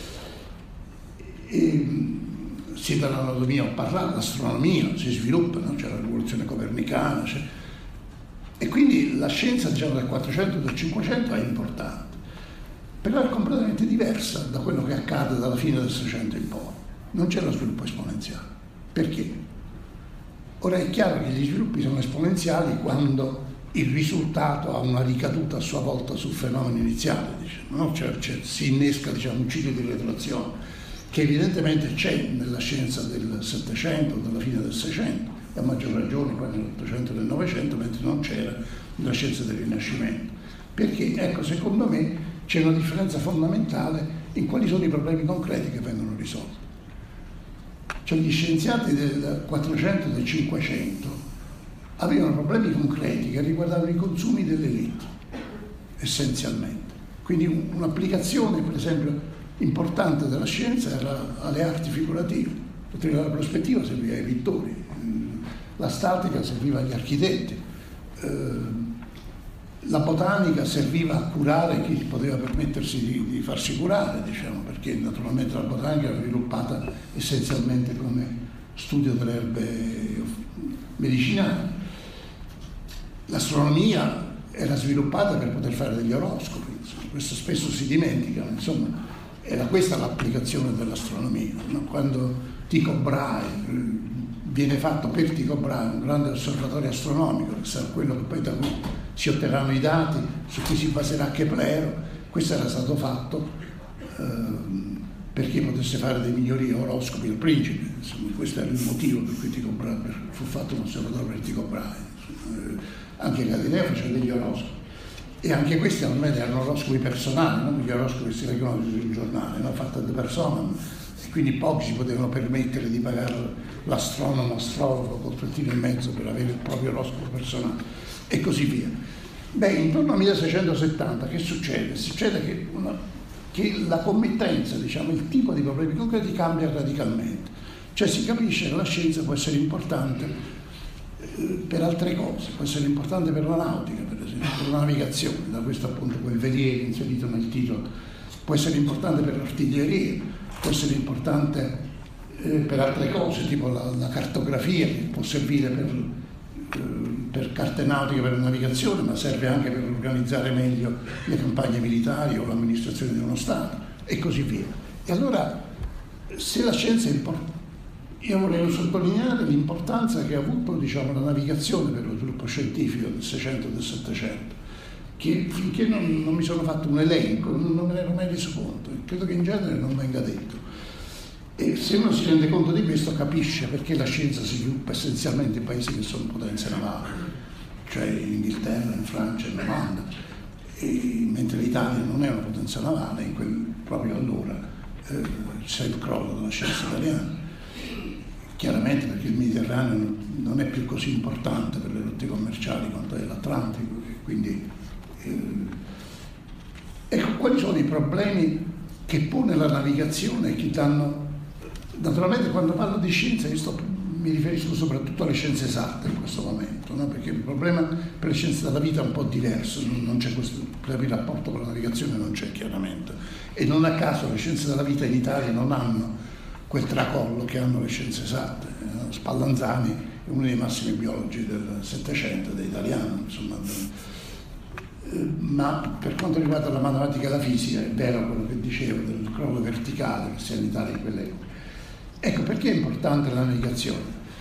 E, sia dall'anatomia ho parlato, l'astronomia si sviluppa, no? C'è la rivoluzione copernicana, c'è... e quindi la scienza, diciamo, del quattrocento e del cinquecento è importante. Però è completamente diversa da quello che accade dalla fine del Seicento in poi. Non c'è lo sviluppo esponenziale. Perché? Ora è chiaro che gli sviluppi sono esponenziali quando il risultato ha una ricaduta a sua volta sul fenomeno iniziale, diciamo, no? Cioè, cioè, si innesca, diciamo, un ciclo di retroazione che evidentemente c'è nella scienza del Settecento, della fine del Seicento, e a maggior ragione poi nell'Ottocento e nel Novecento, mentre non c'era nella scienza del Rinascimento. Perché, ecco, secondo me c'è una differenza fondamentale in quali sono i problemi concreti che vengono risolti. Cioè gli scienziati del quattrocento e del cinquecento avevano problemi concreti che riguardavano i consumi delle elite, essenzialmente. Quindi un'applicazione, per esempio, importante della scienza era alle arti figurative. La teoria della prospettiva serviva ai pittori, la statica serviva agli architetti, la botanica serviva a curare chi poteva permettersi di, di farsi curare, diciamo, perché naturalmente la botanica era sviluppata essenzialmente come studio delle erbe medicinali. L'astronomia era sviluppata per poter fare degli oroscopi, insomma, questo spesso si dimentica, insomma, era questa l'applicazione dell'astronomia, no? Quando Tycho Brahe viene fatto per Tycho Brahe un grande osservatorio astronomico, che sarà quello che poi da cui si otterranno i dati su cui si baserà Keplero, Questo era stato fatto eh, perché potesse fare dei migliori oroscopi al principe, insomma, questo era il motivo per cui Tycho Brahe fu fatto un osservatorio per Tycho Brahe. Eh, anche Galileo faceva degli oroscopi, e anche questi normalmente erano oroscopi personali, non gli oroscopi che si leggono sul giornale, no? Fatta da persona, e quindi pochi si potevano permettere di pagare l'astronomo, astrologo col trattino in mezzo per avere il proprio oroscopo personale, e così via. Beh, intorno al milleseicentossettanta che succede? Succede che, una, che la committenza, diciamo, il tipo di problemi concreti cambia radicalmente, cioè si capisce che la scienza può essere importante per altre cose, può essere importante per la nautica, per esempio, per la navigazione, da questo appunto quel veliere inserito nel titolo, può essere importante per l'artiglieria, può essere importante eh, per altre cose, tipo la, la cartografia, che può servire per, eh, per carte nautiche, per la navigazione, ma serve anche per organizzare meglio le campagne militari o l'amministrazione di uno Stato, e così via. E allora, se la scienza è importante, io volevo sottolineare l'importanza che ha avuto, diciamo, la navigazione per lo sviluppo scientifico del Seicento e del Settecento, che finché non, non mi sono fatto un elenco non, non me ne ero mai reso conto, e credo che in genere non venga detto. E se uno si rende conto di questo capisce perché la scienza si sviluppa essenzialmente in paesi che sono potenze navali, cioè in Inghilterra, in Francia, in Olanda, e, mentre l'Italia non è una potenza navale, in quel, proprio allora eh, c'è il crollo della scienza italiana. Chiaramente perché il Mediterraneo non è più così importante per le rotte commerciali quanto è l'Atlantico, quindi eh, ecco quali sono i problemi che pone la navigazione e che danno. Naturalmente quando parlo di scienza io sto, mi riferisco soprattutto alle scienze esatte in questo momento, no? Perché il problema per le scienze della vita è un po' diverso, non c'è questo, per il rapporto con la navigazione non c'è chiaramente, e non a caso le scienze della vita in Italia non hanno quel tracollo che hanno le scienze esatte. Spallanzani è uno dei massimi biologi del Settecento ed è italiano, insomma. Ma per quanto riguarda la matematica e la fisica è vero quello che dicevo del crollo verticale che sia in Italia in quell'epoca. Ecco perché è importante la navigazione.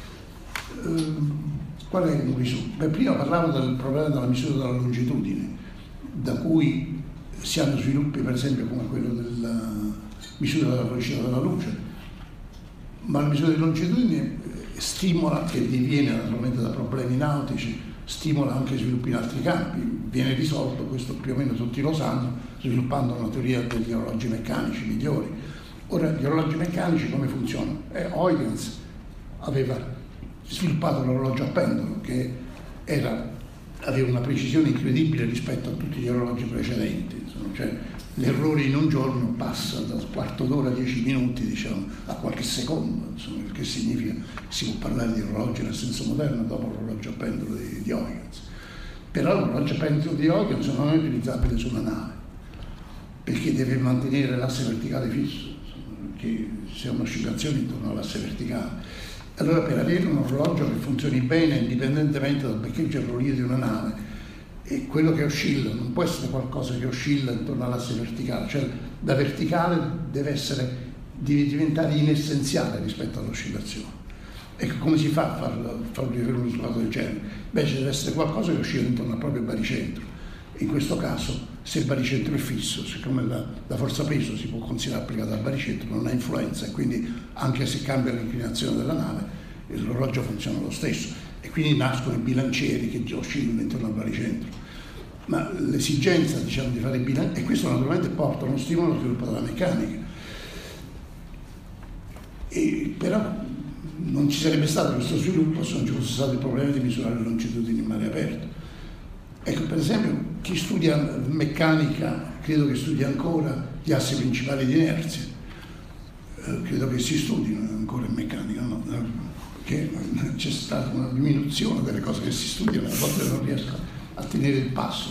Qual è il risultato? Beh, prima parlavo del problema della misura della longitudine, da cui si hanno sviluppi per esempio come quello della misura della velocità della luce. Ma la misura di longitudine stimola, che diviene naturalmente da problemi nautici, stimola anche sviluppi in altri campi. Viene risolto, questo più o meno tutti lo sanno, sviluppando una teoria degli orologi meccanici migliori. Ora, gli orologi meccanici come funzionano? Eh, Huygens aveva sviluppato l'orologio a pendolo, che era, aveva una precisione incredibile rispetto a tutti gli orologi precedenti, insomma, cioè l'errore in un giorno passa da quarto d'ora a dieci minuti, diciamo, a qualche secondo, insomma, il che significa che si può parlare di orologio nel senso moderno dopo l'orologio a pendolo di, di Huygens. Però l'orologio a pendolo di Huygens non è utilizzabile su una nave, perché deve mantenere l'asse verticale fisso, insomma, perché c'è un'oscillazione intorno all'asse verticale. Allora, per avere un orologio che funzioni bene indipendentemente dal beccheggio e rollio di una nave, e quello che oscilla non può essere qualcosa che oscilla intorno all'asse verticale, cioè da verticale deve essere, deve diventare inessenziale rispetto all'oscillazione. Ecco, come si fa a far, far avere un risultato del genere? Beh, ci deve essere qualcosa che oscilla intorno al proprio baricentro. In questo caso, se il baricentro è fisso, siccome la, la forza peso si può considerare applicata al baricentro, non ha influenza, e quindi anche se cambia l'inclinazione della nave, l'orologio funziona lo stesso. E quindi nascono i bilancieri che oscillano intorno al baricentro. Ma l'esigenza, diciamo, di fare i bilancieri, e questo naturalmente porta a uno stimolo allo sviluppo della meccanica. E però non ci sarebbe stato questo sviluppo se non ci fosse stato il problema di misurare le longitudini in mare aperto. Ecco, per esempio, chi studia meccanica, credo che studi ancora gli assi principali di inerzia. Eh, credo che si studino ancora in meccanica, no? Che c'è stata una diminuzione delle cose che si studiano, a volte non riesco a tenere il passo.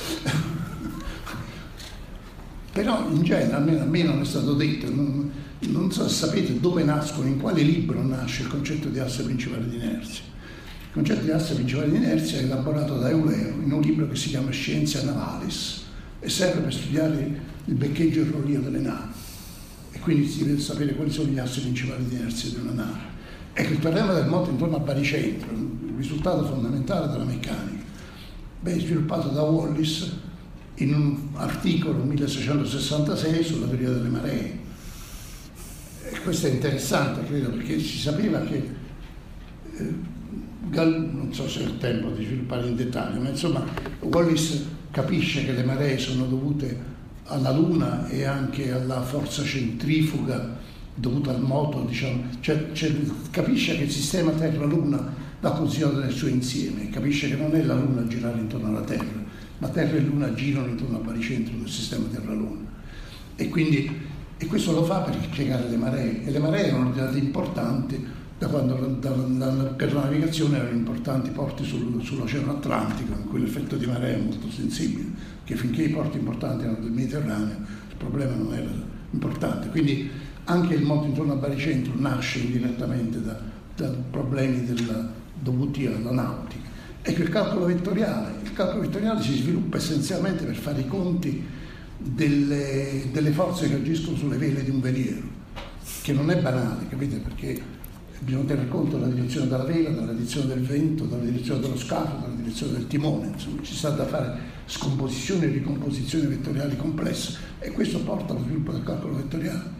Però in genere, almeno a me non è stato detto, non, non so se sapete dove nascono, in quale libro nasce il concetto di asse principale di inerzia. Il concetto di asse principale di inerzia è elaborato da Euleo in un libro che si chiama Scientia Navalis e serve per studiare il beccheggio e il rollio delle navi. E quindi si deve sapere quali sono gli assi principali di inerzia di una nave. Ecco, il teorema del moto intorno al baricentro, il risultato fondamentale della meccanica, beh, è sviluppato da Wallis in un articolo milleseicentosessantasei sulla teoria delle maree. E questo è interessante, credo, perché si sapeva che eh, Gal, non so se ho il tempo di sviluppare in dettaglio, ma insomma Wallis capisce che le maree sono dovute alla Luna e anche alla forza centrifuga dovuta al moto, diciamo, cioè, cioè, capisce che il sistema Terra-Luna va considerato nel suo insieme, capisce che non è la Luna a girare intorno alla Terra, ma Terra e Luna girano intorno al baricentro del sistema Terra-Luna. E quindi e questo lo fa per spiegare le maree, e le maree erano diventate importanti da quando da, da, per la navigazione erano importanti porti sul, sull'Oceano Atlantico, in cui l'effetto di marea è molto sensibile, che finché i porti importanti erano del Mediterraneo il problema non era importante. Quindi anche il moto intorno al baricentro nasce indirettamente da, da problemi della, dovuti alla nautica. Ecco, il calcolo vettoriale. Il calcolo vettoriale si sviluppa essenzialmente per fare i conti delle, delle forze che agiscono sulle vele di un veliero, che non è banale, capite? Perché bisogna tener conto della direzione della vela, della direzione del vento, della direzione dello scafo, della direzione del timone. Insomma, ci sta da fare scomposizioni e ricomposizioni vettoriali complesse, e questo porta allo sviluppo del calcolo vettoriale.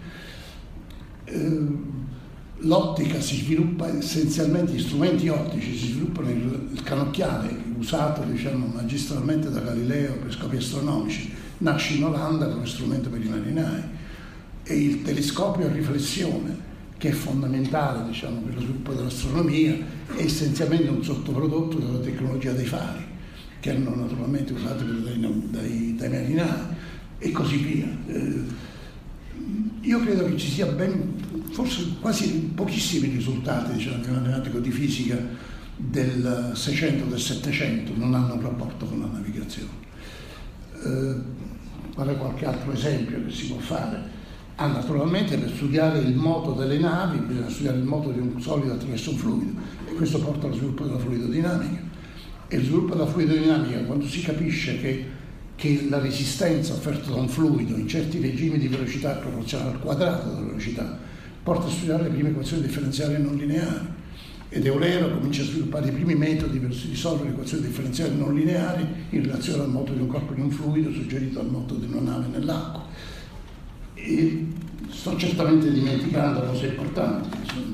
L'ottica si sviluppa essenzialmente, gli strumenti ottici si sviluppano, il canocchiale usato, diciamo, magistralmente da Galileo per scopi astronomici nasce in Olanda come strumento per i marinai, e il telescopio a riflessione, che è fondamentale, diciamo, per lo sviluppo dell'astronomia, è essenzialmente un sottoprodotto della tecnologia dei fari, che erano naturalmente usati dai, dai, dai marinai, e così via. Eh, io credo che ci sia ben, forse quasi pochissimi risultati, diciamo, di matematico di fisica del Seicento, del Settecento non hanno un rapporto con la navigazione. Eh, qual è qualche altro esempio che si può fare? Ah, naturalmente per studiare il moto delle navi bisogna studiare il moto di un solido attraverso un fluido, e questo porta allo sviluppo della fluidodinamica. E lo sviluppo della fluidodinamica, quando si capisce che, che la resistenza offerta da un fluido in certi regimi di velocità è proporzionale al quadrato della velocità, porta a studiare le prime equazioni differenziali non lineari. Ed Eulero comincia a sviluppare i primi metodi per risolvere equazioni differenziali non lineari in relazione al moto di un corpo di un fluido suggerito al moto di una nave nell'acqua. E sto certamente dimenticando cose importanti, insomma.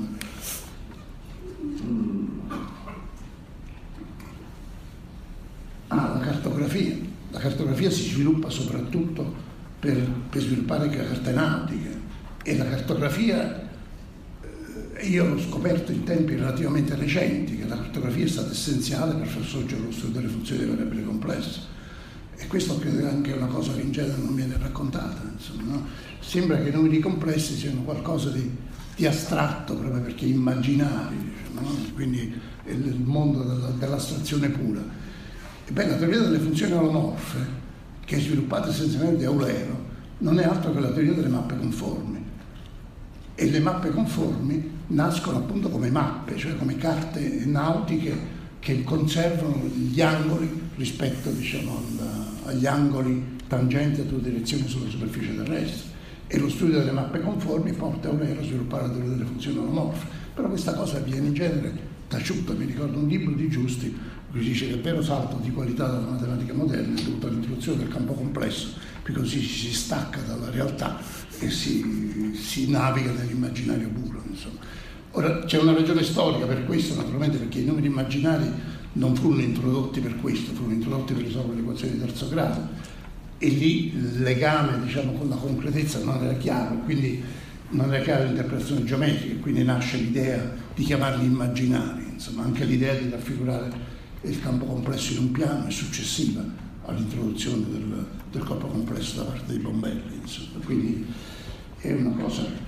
Ah, la cartografia. La cartografia si sviluppa soprattutto per, per sviluppare carte nautiche, e la cartografia, eh, io l'ho scoperto in tempi relativamente recenti, che la cartografia è stata essenziale per far sorgere lo studio delle funzioni delle variabili complesse. E questo credo che anche è una cosa che in genere non viene raccontata, insomma, no? Sembra che i numeri complessi siano qualcosa di, di astratto, proprio perché immaginari, diciamo, no? Quindi è il mondo della, dell'astrazione pura. Ebbene, la teoria delle funzioni alomorfe, che è sviluppata essenzialmente da Eulero, non è altro che la teoria delle mappe conformi. E le mappe conformi nascono appunto come mappe, cioè come carte nautiche che conservano gli angoli rispetto, diciamo, alla, agli angoli tangenti a due direzioni sulla superficie terrestre. E lo studio delle mappe conformi porta Eulero a sviluppare la teoria delle funzioni alomorfe. Però questa cosa viene in genere taciuta. Mi ricordo un libro di Giusti in cui dice che il vero salto di qualità della matematica moderna è dovuto all'introduzione del campo complesso, perché così si stacca dalla realtà e si, si naviga nell'immaginario puro, insomma. Ora, c'è una ragione storica per questo, naturalmente, perché i numeri immaginari non furono introdotti per questo, furono introdotti per risolvere le equazioni di terzo grado, e lì il legame, diciamo, con la concretezza non era chiaro, quindi non era chiara l'interpretazione geometrica, quindi nasce l'idea di chiamarli immaginari. Insomma, anche l'idea di raffigurare il campo complesso in un piano è successiva all'introduzione del, del corpo complesso da parte dei Bombelli, insomma. Quindi è una cosa.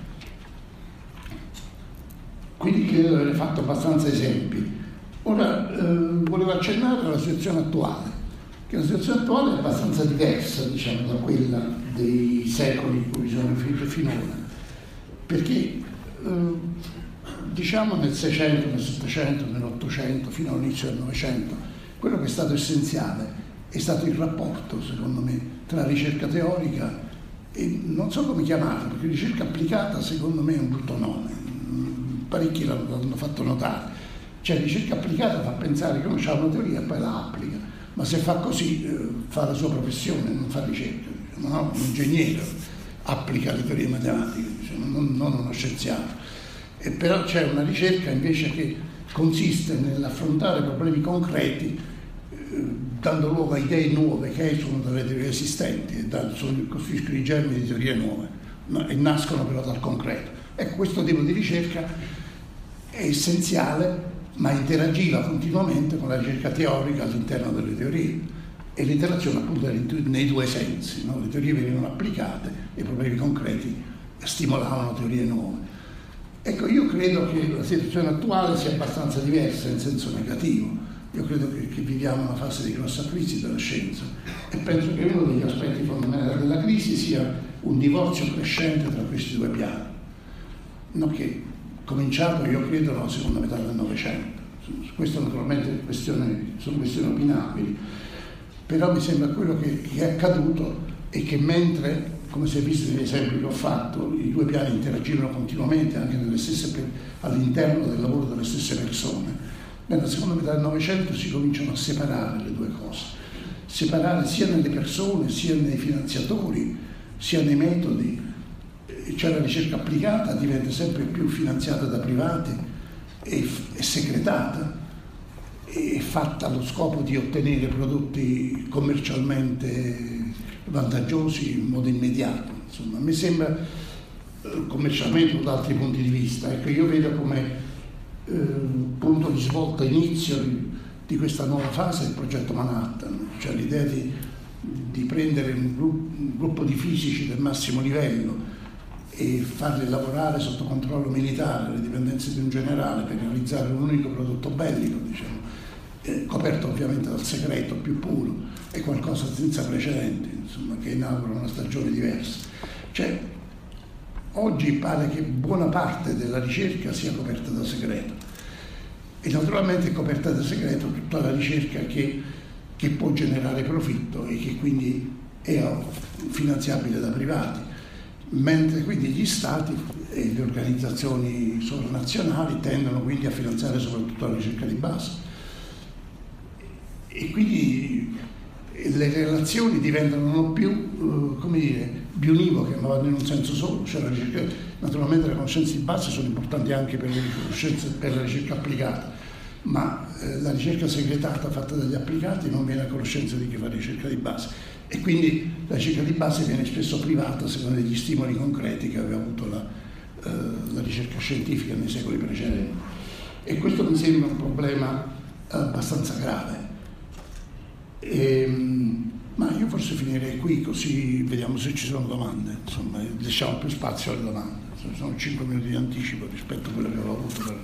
Quindi credo di aver fatto abbastanza esempi. Ora eh, volevo accennare alla situazione attuale, che la situazione attuale è abbastanza diversa, diciamo, da quella dei secoli in cui sono riferito finora, perché eh, diciamo nel Seicento, nel Settecento, nell'Ottocento, fino all'inizio del Novecento, quello che è stato essenziale è stato il rapporto, secondo me, tra ricerca teorica e non so come chiamarla, perché ricerca applicata secondo me è un brutto nome. Parecchi l'hanno fatto notare. Cioè, ricerca applicata fa pensare che uno ha una teoria e poi la applica. ma se fa così eh, fa la sua professione, non fa ricerca, diciamo, no? Un ingegnere applica le teorie matematiche, diciamo, non, non uno scienziato. E però c'è una ricerca invece che consiste nell'affrontare problemi concreti eh, dando luogo a idee nuove che esulano dalle teorie esistenti e da, costituiscono i germi di teorie nuove, no? E nascono però dal concreto. Ecco, questo tipo di ricerca è essenziale, ma interagiva continuamente con la ricerca teorica all'interno delle teorie, e l'interazione appunto era nei due sensi, no? Le teorie venivano applicate e i problemi concreti stimolavano teorie nuove. Ecco, io credo che la situazione attuale sia abbastanza diversa in senso negativo. Io credo che, che viviamo una fase di grossa crisi della scienza e penso che uno degli aspetti fondamentali della crisi sia un divorzio crescente tra questi due piani, no? Che cominciato, io credo, nella seconda metà del Novecento. Questo naturalmente è questione, sono questioni opinabili, però mi sembra quello che, che è accaduto è che mentre, come si è visto negli esempi che ho fatto, i due piani interagivano continuamente anche nelle stesse, all'interno del lavoro delle stesse persone, nella seconda metà del Novecento si cominciano a separare le due cose, separare sia nelle persone, sia nei finanziatori, sia nei metodi. Cioè la ricerca applicata diventa sempre più finanziata da privati e, e segretata e fatta allo scopo di ottenere prodotti commercialmente vantaggiosi in modo immediato. Insomma, mi sembra eh, commercialmente o da altri punti di vista. Ecco, io vedo come eh, punto di svolta, inizio di, di questa nuova fase il progetto Manhattan, cioè l'idea di, di prendere un gruppo, un gruppo di fisici del massimo livello e farli lavorare sotto controllo militare, alle dipendenze di un generale, per realizzare un unico prodotto bellico, diciamo, eh, coperto ovviamente dal segreto più puro, è qualcosa senza precedenti, insomma, che inaugura una stagione diversa. Cioè, oggi pare che buona parte della ricerca sia coperta da segreto e naturalmente è coperta da segreto tutta la ricerca che, che può generare profitto e che quindi è finanziabile da privati. Mentre quindi gli stati e le organizzazioni sovranazionali tendono quindi a finanziare soprattutto la ricerca di base e quindi le relazioni diventano non più uh, come dire bionivoche, ma vanno in un senso solo. Cioè la ricerca, naturalmente le conoscenze di base sono importanti anche per le conoscenze, per la ricerca applicata, ma eh, la ricerca segretata fatta dagli applicati non viene a conoscenza di chi fa ricerca di base. E quindi la ricerca di base viene spesso privata secondo degli stimoli concreti che aveva avuto la, eh, la ricerca scientifica nei secoli precedenti. E questo mi sembra un problema abbastanza grave. E, ma io forse finirei qui, così vediamo se ci sono domande. Insomma, lasciamo più spazio alle domande. Sono cinque minuti di anticipo rispetto a quello che avevo avuto per...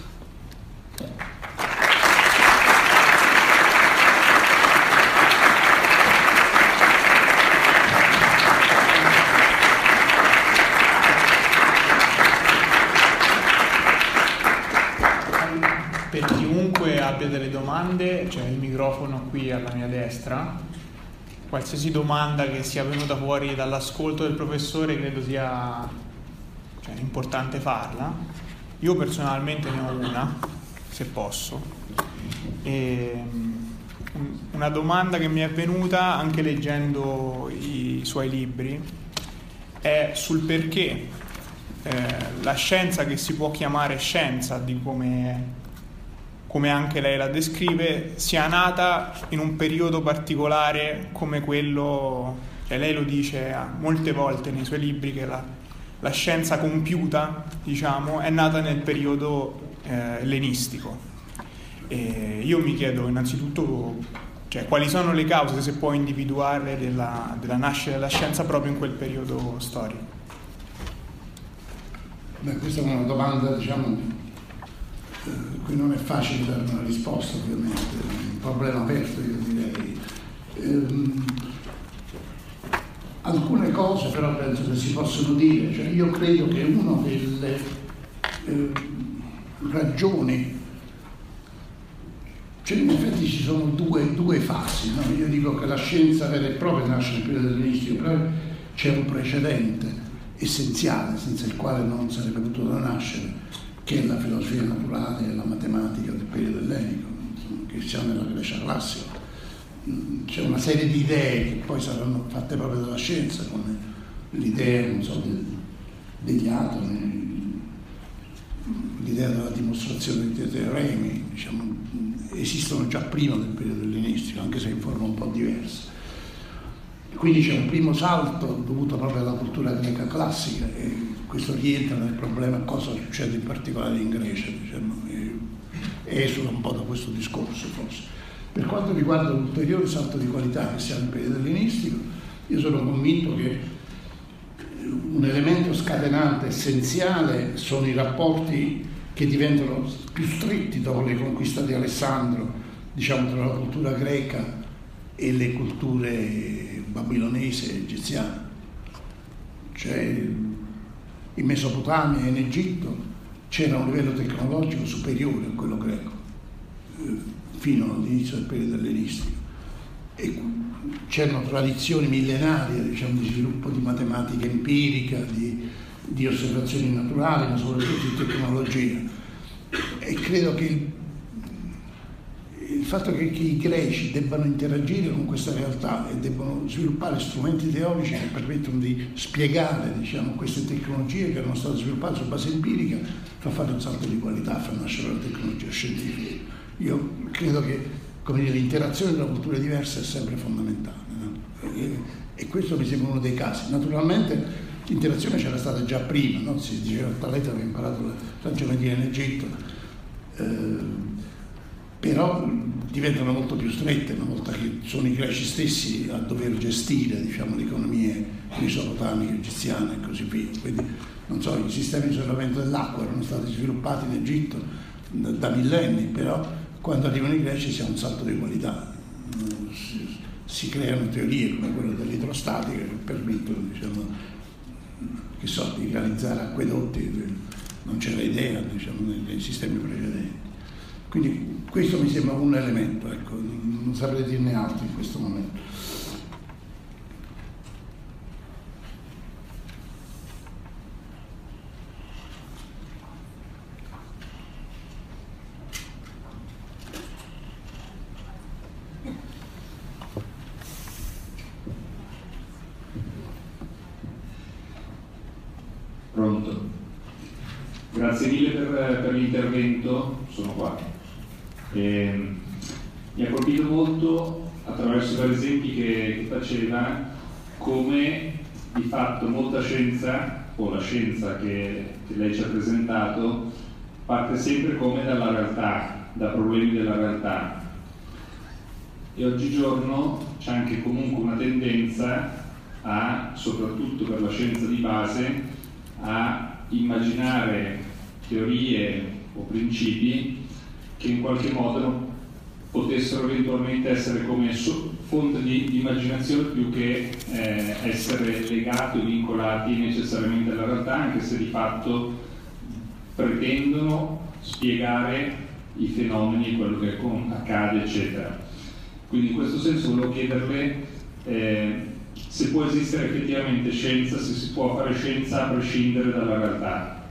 Per chiunque abbia delle domande, c'è il microfono qui alla mia destra. Qualsiasi domanda che sia venuta fuori dall'ascolto del professore credo sia, cioè, importante farla. Io personalmente ne ho una, se posso. E una domanda che mi è venuta anche leggendo i suoi libri è sul perché eh, la scienza, che si può chiamare scienza di come come anche lei la descrive, sia nata in un periodo particolare come quello, cioè lei lo dice molte volte nei suoi libri, che la, la scienza compiuta, diciamo, è nata nel periodo eh, ellenistico. E io mi chiedo innanzitutto, cioè, quali sono le cause, se può individuarle, della, della nascita della scienza proprio in quel periodo storico. Beh, questa è una domanda, diciamo, qui non è facile dare una risposta, ovviamente, è un problema aperto, io direi. Ehm, alcune cose però penso che si possono dire, cioè io credo che una delle eh, ragioni, cioè in effetti ci sono due, due fasi, no? Io dico che la scienza vera e propria nasce nel periodo ellenistico, però c'è un precedente essenziale senza il quale non sarebbe potuto nascere, che è la filosofia naturale e la matematica del periodo ellenico, insomma, che siamo nella Grecia classica. c'è una serie di idee che poi saranno fatte proprio dalla scienza, come l'idea, non so, del, degli atomi, l'idea della dimostrazione dei teoremi, diciamo, esistono già prima del periodo ellenistico, anche se in forma un po' diversa. Quindi c'è un primo salto dovuto proprio alla cultura greca classica, e questo rientra nel problema cosa succede in particolare in Grecia, diciamo, e esula un po' da questo discorso forse. Per quanto riguarda l'ulteriore salto di qualità che si ha nel periodo ellenistico, io sono convinto che un elemento scatenante essenziale sono i rapporti che diventano più stretti dopo le conquiste di Alessandro, diciamo, tra la cultura greca e le culture babilonese e egiziane. Cioè in Mesopotamia e in Egitto c'era un livello tecnologico superiore a quello greco fino all'inizio del periodo ellenistico, e c'erano tradizioni millenarie, diciamo, di sviluppo di matematica empirica, di, di osservazioni naturali, ma soprattutto di tecnologia. E credo che il, il fatto che, che i greci debbano interagire con questa realtà e debbano sviluppare strumenti teorici che permettono di spiegare, diciamo, queste tecnologie che erano state sviluppate su base empirica fa fare un salto di qualità, fa nascere la tecnologia scientifica. Io credo che, come dire, l'interazione tra culture diverse è sempre fondamentale, no? e, e questo mi sembra uno dei casi. Naturalmente l'interazione c'era stata già prima, no? Si diceva che Talete aveva imparato la, la geometria in Egitto, eh, però diventano molto più strette una volta che sono i greci stessi a dover gestire, diciamo, le economie mesopotamiche, egiziane e così via. Quindi, non so, i sistemi di isolamento dell'acqua erano stati sviluppati in Egitto da, da millenni, però quando arrivano i greci si ha un salto di qualità, si, si creano teorie come quella dell'idrostatica che permettono, diciamo, che so, di realizzare acquedotti, non c'era idea, diciamo, nei, nei sistemi precedenti. Quindi questo mi sembra un elemento, ecco, non saprei dirne altri in questo momento. Pronto. Grazie mille per, per l'intervento, sono qua. E, mi ha colpito molto, attraverso i vari esempi che, che faceva, come di fatto molta scienza, o la scienza che, che lei ci ha presentato, parte sempre come dalla realtà, da problemi della realtà. E oggigiorno c'è anche comunque una tendenza a, soprattutto per la scienza di base, a immaginare teorie o principi che in qualche modo potessero eventualmente essere come fonte di, di immaginazione più che eh, essere legati o vincolati necessariamente alla realtà, anche se di fatto pretendono spiegare i fenomeni, quello che accade, eccetera. Quindi in questo senso volevo chiederle eh, se può esistere effettivamente scienza, se si può fare scienza a prescindere dalla realtà.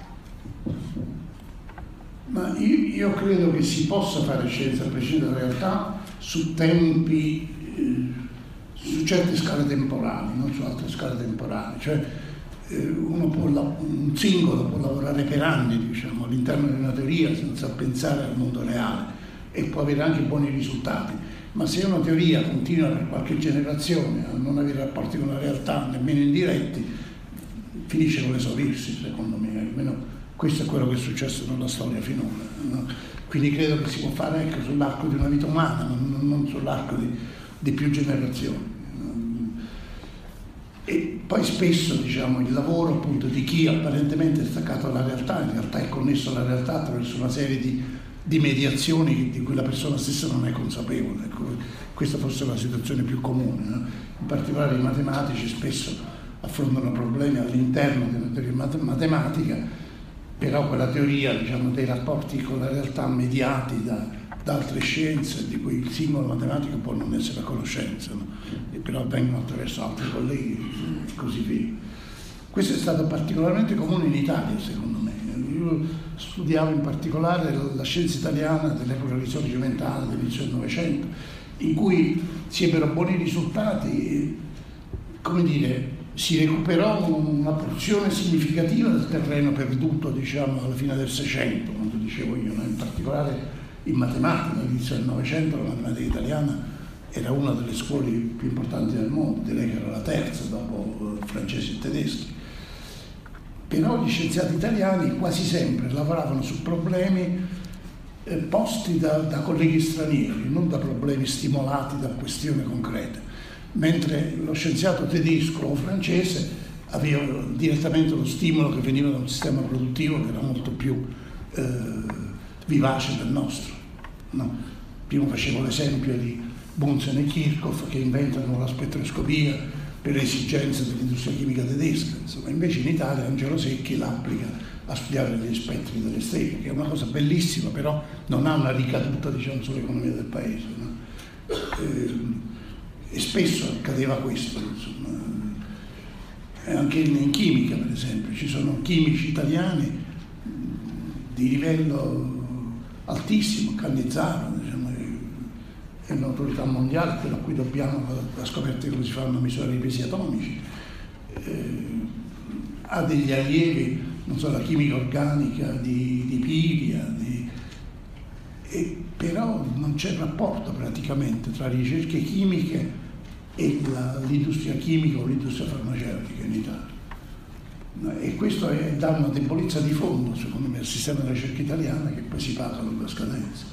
Ma io, io credo che si possa fare scienza a prescindere dalla realtà su tempi, eh, su certe scale temporali, non su altre scale temporali. Cioè eh, uno può, un singolo può lavorare per anni, diciamo, all'interno di una teoria senza pensare al mondo reale e può avere anche buoni risultati. Ma se una teoria continua per qualche generazione a non avere rapporti con la realtà, nemmeno indiretti, finisce con l'esaurirsi, secondo me. Almeno questo è quello che è successo nella storia finora, no? Quindi credo che si può fare, ecco, sull'arco di una vita umana, ma non, non sull'arco di, di più generazioni. E poi spesso, diciamo, il lavoro appunto di chi apparentemente è staccato dalla realtà, in realtà è connesso alla realtà attraverso una serie di, di mediazioni di cui la persona stessa non è consapevole. Ecco, questa forse è la situazione più comune, no? In particolare i matematici spesso affrontano problemi all'interno di una teoria matematica, però quella teoria, diciamo, dei rapporti con la realtà mediati da, da altre scienze di cui il singolo matematico può non essere a conoscenza, no? E però avvengono attraverso altri colleghi e così via. Questo è stato particolarmente comune in Italia, secondo me. Io studiavo in particolare la scienza italiana dell'epoca risorgimentale, dell'inizio del Novecento, in cui si ebbero buoni risultati, come dire, si recuperò una porzione significativa del terreno perduto, diciamo, alla fine del Seicento, quando dicevo io, no? In particolare in matematica, all'inizio del Novecento la matematica italiana era una delle scuole più importanti del mondo, direi che era la terza dopo francesi e tedeschi. Però gli scienziati italiani quasi sempre lavoravano su problemi eh, posti da, da colleghi stranieri, non da problemi stimolati da questioni concrete, mentre lo scienziato tedesco o francese aveva direttamente lo stimolo che veniva da un sistema produttivo che era molto più eh, vivace del nostro. No? Prima facevo l'esempio di Bunsen e Kirchhoff che inventano la spettroscopia per le esigenze dell'industria chimica tedesca. Insomma, invece in Italia Angelo Secchi l'applica a studiare gli spettri delle stelle, che è una cosa bellissima, però non ha una ricaduta, diciamo, sull'economia del paese. No? E, e spesso accadeva questo, insomma. E anche in, in chimica, per esempio, ci sono chimici italiani di livello altissimo, Cannizzaro, diciamo, è un'autorità mondiale, quello a cui dobbiamo la scoperta di come si fanno misurare i pesi atomici, eh, ha degli allievi, non so, la chimica organica di, di Piria, di, e, però non c'è rapporto praticamente tra le ricerche chimiche e la, l'industria chimica o l'industria farmaceutica in Italia. E questo è, dà una debolezza di fondo, secondo me, al sistema della ricerca italiana, che poi si paga a lunga scadenza.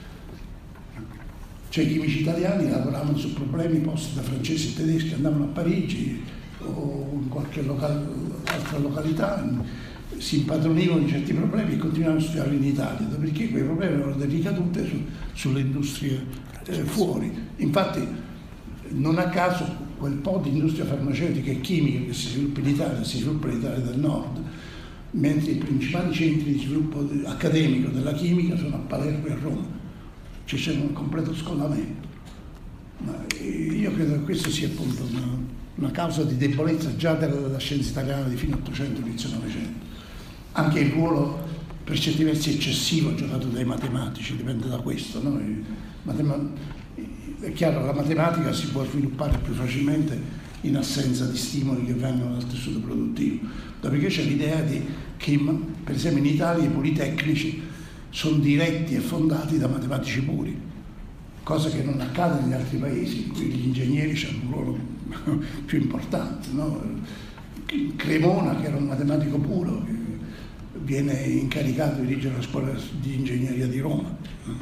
Cioè i chimici italiani lavoravano su problemi posti da francesi e tedeschi, andavano a Parigi o in qualche local- altra località, si impadronivano di certi problemi e continuavano a studiarli in Italia, dopodiché quei problemi avevano delle ricadute su, sulle industrie eh, fuori. Infatti non a caso quel po' di industria farmaceutica e chimica che si sviluppa in Italia si sviluppa in Italia del Nord, mentre i principali centri di sviluppo accademico della chimica sono a Palermo e a Roma. Cioè c'è un completo scollamento. Ma io credo che questo sia appunto una, una causa di debolezza già della scienza italiana di fine Ottocento e inizio Novecento. Anche il ruolo per certi versi eccessivo giocato dai matematici dipende da questo, no? Matema- è chiaro, la matematica si può sviluppare più facilmente in assenza di stimoli che vengono dal tessuto produttivo. Dopodiché c'è l'idea di che, per esempio, in Italia i politecnici sono diretti e fondati da matematici puri, cosa che non accade negli altri paesi in cui gli ingegneri hanno un ruolo più importante, no? Cremona, che era un matematico puro, che viene incaricato di dirigere la scuola di ingegneria di Roma.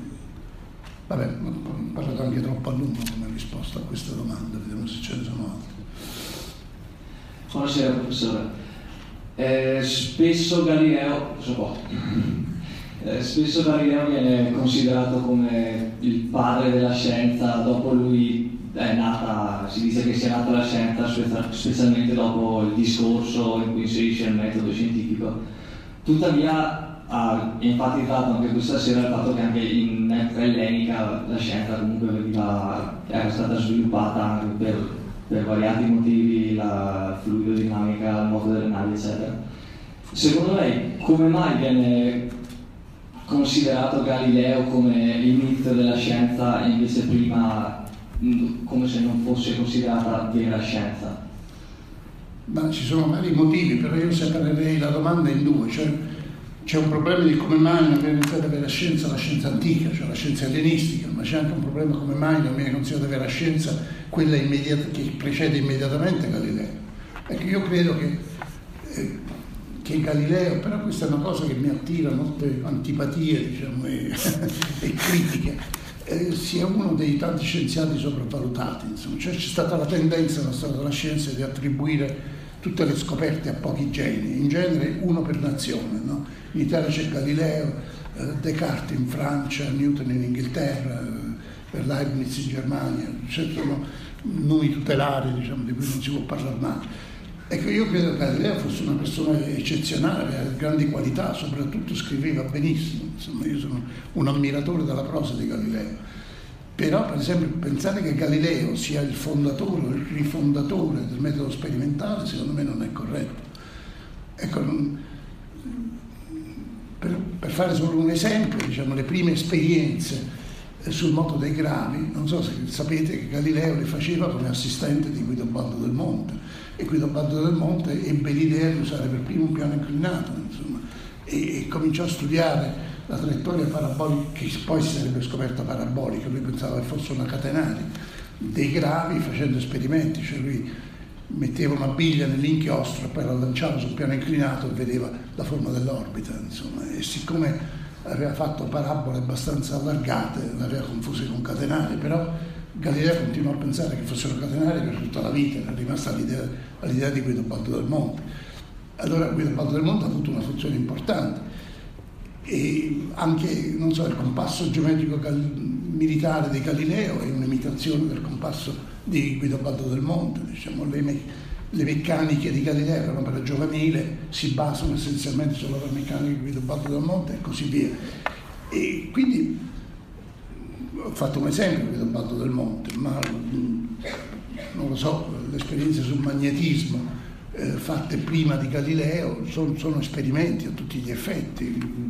Vabbè, ho parlato anche troppo a lungo come risposta a questa domanda, vediamo se ce ne sono altre. Buonasera professore. Eh, spesso Galileo, so qua. Eh, spesso Galileo viene considerato come il padre della scienza, dopo lui è nata, si dice che sia nata la scienza specialmente dopo il discorso in cui inserisce il metodo scientifico. Tuttavia ha enfatizzato anche questa sera il fatto che anche in epoca ellenica la scienza comunque veniva, era stata sviluppata anche per, per variati motivi, la fluidodinamica, il moto delle navi, eccetera. Secondo lei come mai viene considerato Galileo come l'inizio della scienza e invece prima come se non fosse considerata vera scienza? Ma ci sono vari motivi, però io separerei la domanda in due, cioè c'è un problema di come mai non viene iniziata vera scienza la scienza antica, cioè la scienza ellenistica, ma c'è anche un problema come mai non viene considerata vera scienza quella immediata, che precede immediatamente Galileo. Ecco, io credo che eh, che Galileo, però questa è una cosa che mi attira molte antipatie, diciamo, e, e critiche, eh, sia uno dei tanti scienziati sopravvalutati. Insomma, cioè, c'è stata la tendenza nella storia della scienza di attribuire tutte le scoperte a pochi geni, in genere uno per nazione, no? In Italia c'è Galileo, eh, Descartes in Francia, Newton in Inghilterra, eh, Leibniz in Germania, cioè, sono nomi tutelari, diciamo, di cui non si può parlare mai. Ecco, io credo che Galileo fosse una persona eccezionale, aveva grandi qualità, soprattutto scriveva benissimo. Insomma, io sono un ammiratore della prosa di Galileo. Però, per esempio, pensare che Galileo sia il fondatore o il rifondatore del metodo sperimentale, secondo me non è corretto. Ecco, per, per fare solo un esempio, diciamo, le prime esperienze sul moto dei gravi. Non so se sapete che Galileo li faceva come assistente di Guidobaldo del Monte, e Guidobaldo del Monte ebbe l'idea di usare per primo un piano inclinato, insomma, e, e cominciò a studiare la traiettoria parabolica, che poi si sarebbe scoperta parabolica. Lui pensava che fosse una catenaria dei gravi, facendo esperimenti, cioè lui metteva una biglia nell'inchiostro e poi la lanciava sul piano inclinato e vedeva la forma dell'orbita, insomma, e siccome aveva fatto parabole abbastanza allargate, l'aveva confuse con catenari, però Galileo continuò a pensare che fossero catenari per tutta la vita, era rimasta all'idea, all'idea di Guidobaldo del Monte. Allora Guidobaldo del Monte ha avuto una funzione importante, e anche, non so, il compasso geometrico gal- militare di Galileo è un'imitazione del compasso di Guidobaldo del Monte, diciamo, le, me- le meccaniche di Galileo, che l'opera giovanile, si basano essenzialmente sull'opera meccanica di Guidobaldo del Monte e così via. E quindi ho fatto un esempio di Guidobaldo del Monte, ma non lo so, le esperienze sul magnetismo eh, fatte prima di Galileo sono, sono esperimenti a tutti gli effetti.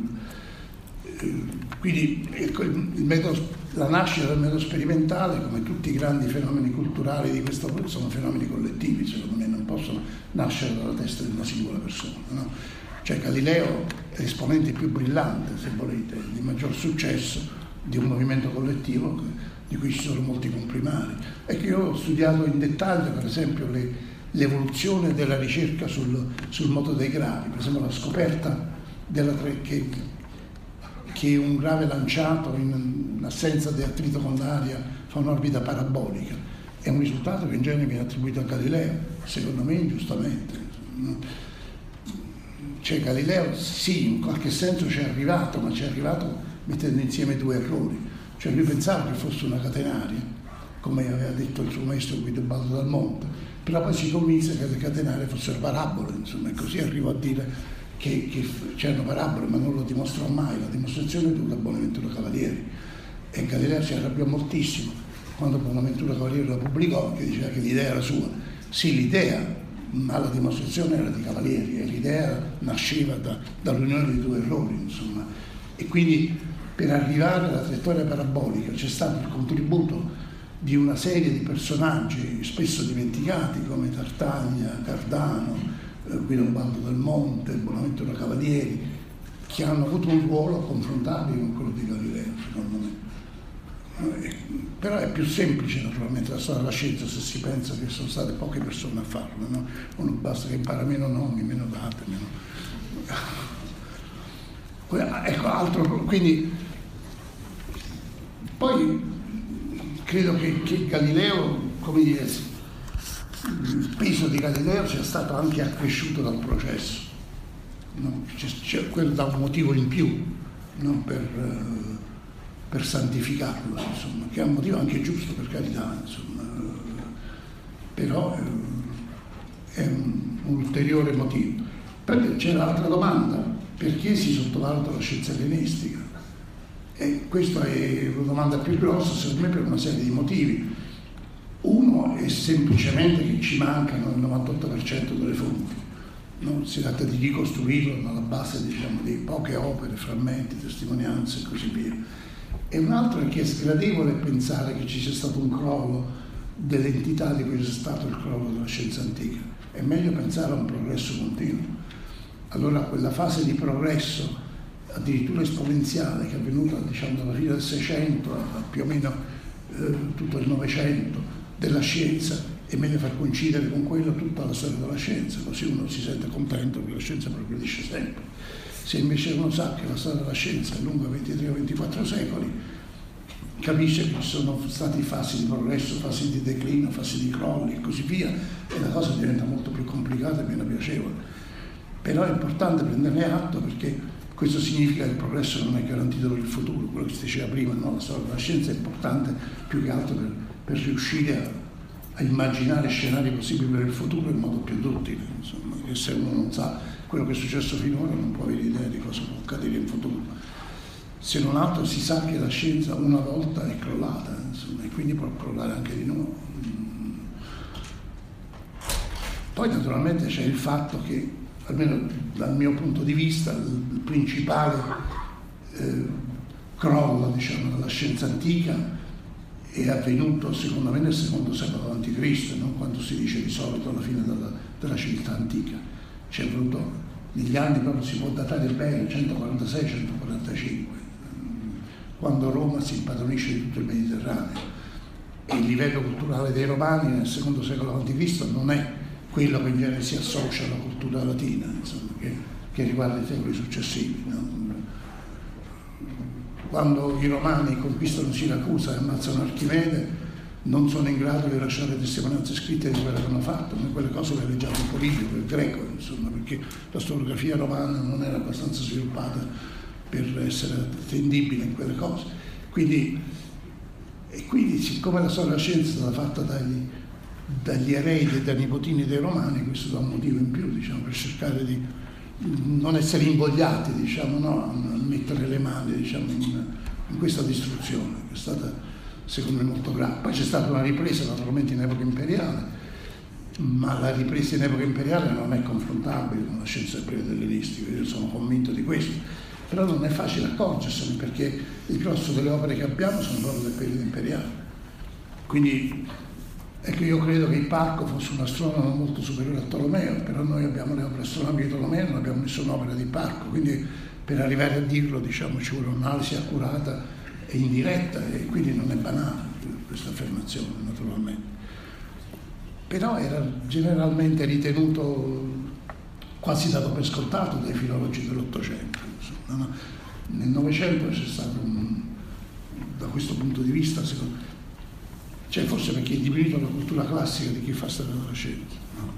Quindi ecco, il metodo, la nascita del metodo sperimentale, come tutti i grandi fenomeni culturali di questo periodo, sono fenomeni collettivi, secondo me non possono nascere dalla testa di una singola persona, no? Cioè Galileo è l'esponente più brillante, se volete, di maggior successo di un movimento collettivo di cui ci sono molti comprimari. E che io ho studiato in dettaglio, per esempio, le, l'evoluzione della ricerca sul, sul moto dei gravi, per esempio la scoperta della che che un grave lanciato in assenza di attrito con l'aria fa un'orbita parabolica. È un risultato che in genere viene attribuito a Galileo, secondo me ingiustamente. Cioè Galileo sì, in qualche senso ci è arrivato, ma ci è arrivato mettendo insieme due errori. Cioè lui pensava che fosse una catenaria, come aveva detto il suo maestro Guidobaldo del Monte, però poi si convinse che le catenarie fossero parabole, insomma, e così arrivò a dire che, che c'erano parabole, ma non lo dimostrò mai. La dimostrazione è dovuta a Bonaventura Cavalieri, e Galileo si arrabbiò moltissimo quando Bonaventura Cavalieri la pubblicò, che diceva che l'idea era sua. Sì, l'idea, ma la dimostrazione era di Cavalieri, e l'idea nasceva da, dall'unione di due errori, insomma. E quindi per arrivare alla traiettoria parabolica c'è stato il contributo di una serie di personaggi spesso dimenticati, come Tartaglia, Cardano, Guidobaldo del Monte, Bonaventura Cavalieri, che hanno avuto un ruolo confrontabile con quello di Galileo, secondo me. Però è più semplice naturalmente la storia della scienza se si pensa che sono state poche persone a farlo, no? Uno basta che impara meno nomi, meno date, meno... Ecco, altro, quindi poi credo che, che Galileo, come dire, il peso di Galileo sia stato anche accresciuto dal processo, no? C'è, c'è quello da un motivo in più, non per, uh, per santificarlo, insomma, che è un motivo anche giusto, per carità, insomma, però uh, è un, un ulteriore motivo. Poi c'è l'altra domanda: perché si sottovaluta la scienza ellenistica? E questa è la domanda più grossa, secondo me, per una serie di motivi. Uno è semplicemente che ci mancano il novantotto per cento delle fonti, no? Si tratta di ricostruirlo dalla base, diciamo, di poche opere, frammenti, testimonianze e così via. E un altro è che è sgradevole pensare che ci sia stato un crollo dell'entità di cui è stato il crollo della scienza antica. È meglio pensare a un progresso continuo. Allora quella fase di progresso addirittura esponenziale che è avvenuta, diciamo, dalla fine del Seicento a più o meno eh, tutto il Novecento della scienza, è meglio far coincidere con quello tutta la storia della scienza, così uno si sente contento che la scienza progredisce sempre. Se invece uno sa che la storia della scienza è lunga ventitré o ventiquattro secoli, capisce che ci sono stati fasi di progresso, fasi di declino, fasi di crolli e così via, e la cosa diventa molto più complicata e meno piacevole. Però è importante prenderne atto, perché questo significa che il progresso non è garantito per il futuro, quello che si diceva prima, no? La storia della scienza è importante più che altro per, per riuscire a, a immaginare scenari possibili per il futuro in modo più duttile, insomma, che se uno non sa quello che è successo finora non può avere idea di cosa può accadere in futuro. Se non altro si sa che la scienza una volta è crollata, insomma, e quindi può crollare anche di nuovo. Poi naturalmente c'è il fatto che, almeno dal mio punto di vista, il principale eh, crollo, diciamo, della scienza antica è avvenuto secondo me nel secondo secolo avanti Cristo, non quando si dice di solito alla fine della, della civiltà antica. C'è voluto negli anni, proprio si può datare bene, centoquarantasei centoquarantacinque, quando Roma si impadronisce di tutto il Mediterraneo. E il livello culturale dei Romani nel secondo secolo avanti Cristo non è quello che in genere si associa alla cultura latina, insomma, che, che riguarda i secoli successivi, no? Quando i Romani conquistano Siracusa e ammazzano Archimede, non sono in grado di lasciare testimonianze scritte di quello che hanno fatto, ma quelle cose le leggiamo il politico, il greco, insomma, perché la storiografia romana non era abbastanza sviluppata per essere attendibile in quelle cose. Quindi, e quindi, siccome la storia della scienza è stata fatta dagli, dagli eredi e dai nipotini dei Romani, questo dà un motivo in più, diciamo, per cercare di non essere invogliati, diciamo, no, a mettere le mani, diciamo, in, in questa distruzione, che è stata, secondo me, molto grave. Poi c'è stata una ripresa, naturalmente, in epoca imperiale, ma la ripresa in epoca imperiale non è confrontabile con la scienza del periodo ellenistico, io sono convinto di questo, però non è facile accorgersene, perché il grosso delle opere che abbiamo sono proprio del periodo imperiale. Quindi, ecco, io credo che Ipparco fosse un astronomo molto superiore a Tolomeo, però noi abbiamo le opere astronomiche di Tolomeo, non abbiamo nessun'opera di Ipparco, quindi per arrivare a dirlo, diciamo, ci vuole un'analisi accurata e indiretta, e quindi non è banale questa affermazione, naturalmente. Però era generalmente ritenuto quasi dato per scontato dai filologi dell'Ottocento. No? Nel Novecento c'è stato un, da questo punto di vista, secondo me, cioè forse perché è diminuita la cultura classica di chi fa storia della scienza. No?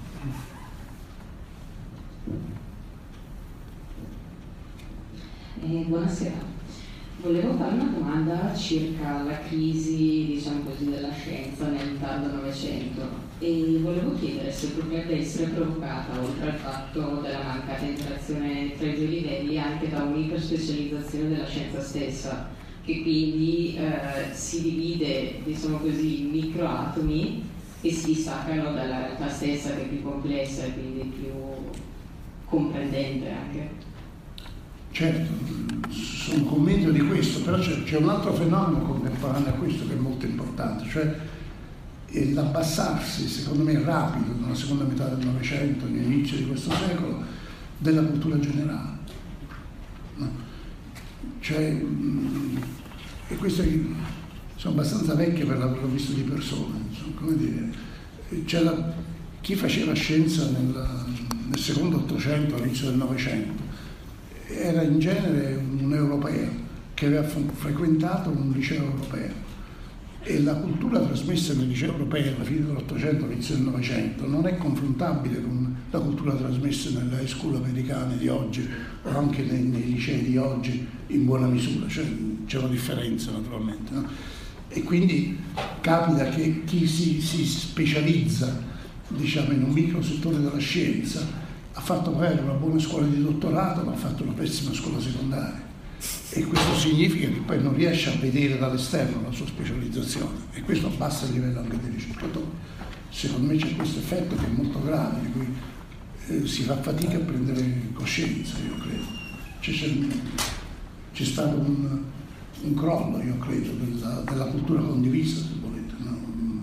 Eh, buonasera. Volevo fare una domanda circa la crisi, diciamo così, della scienza nel tardo Novecento, e volevo chiedere se potrebbe essere provocata, oltre al fatto della mancata interazione tra i due livelli, anche da un'iperspecializzazione della scienza stessa, che quindi eh, si divide, diciamo così, in microatomi e si distaccano dalla realtà stessa, che è più complessa e quindi più comprendente anche. Certo, sono convinto di questo, però c'è, c'è un altro fenomeno contemporaneo a questo che è molto importante, cioè l'abbassarsi, secondo me rapido, nella seconda metà del Novecento, all'inizio di questo secolo, della cultura generale. No? Cioè, e queste sono abbastanza vecchie per averlo visto di persona, insomma, come dire, c'era chi faceva scienza nel, nel secondo Ottocento, all'inizio del Novecento, era in genere un europeo che aveva frequentato un liceo europeo, e la cultura trasmessa nei licei europei alla fine dell'Ottocento, all'inizio del Novecento, non è confrontabile con la cultura trasmessa nelle high school americane di oggi o anche nei, nei licei di oggi in buona misura, cioè c'è una differenza naturalmente, no? E quindi capita che chi si, si specializza, diciamo, in un micro settore della scienza ha fatto magari una buona scuola di dottorato, ma ha fatto una pessima scuola secondaria, e questo significa che poi non riesce a vedere dall'esterno la sua specializzazione, e questo abbassa il livello anche dei ricercatori. Secondo me c'è questo effetto che è molto grave, di cui eh, si fa fatica a prendere coscienza, io credo. C'è, c'è, c'è stato un, un crollo, io credo, della, della cultura condivisa, se volete, no?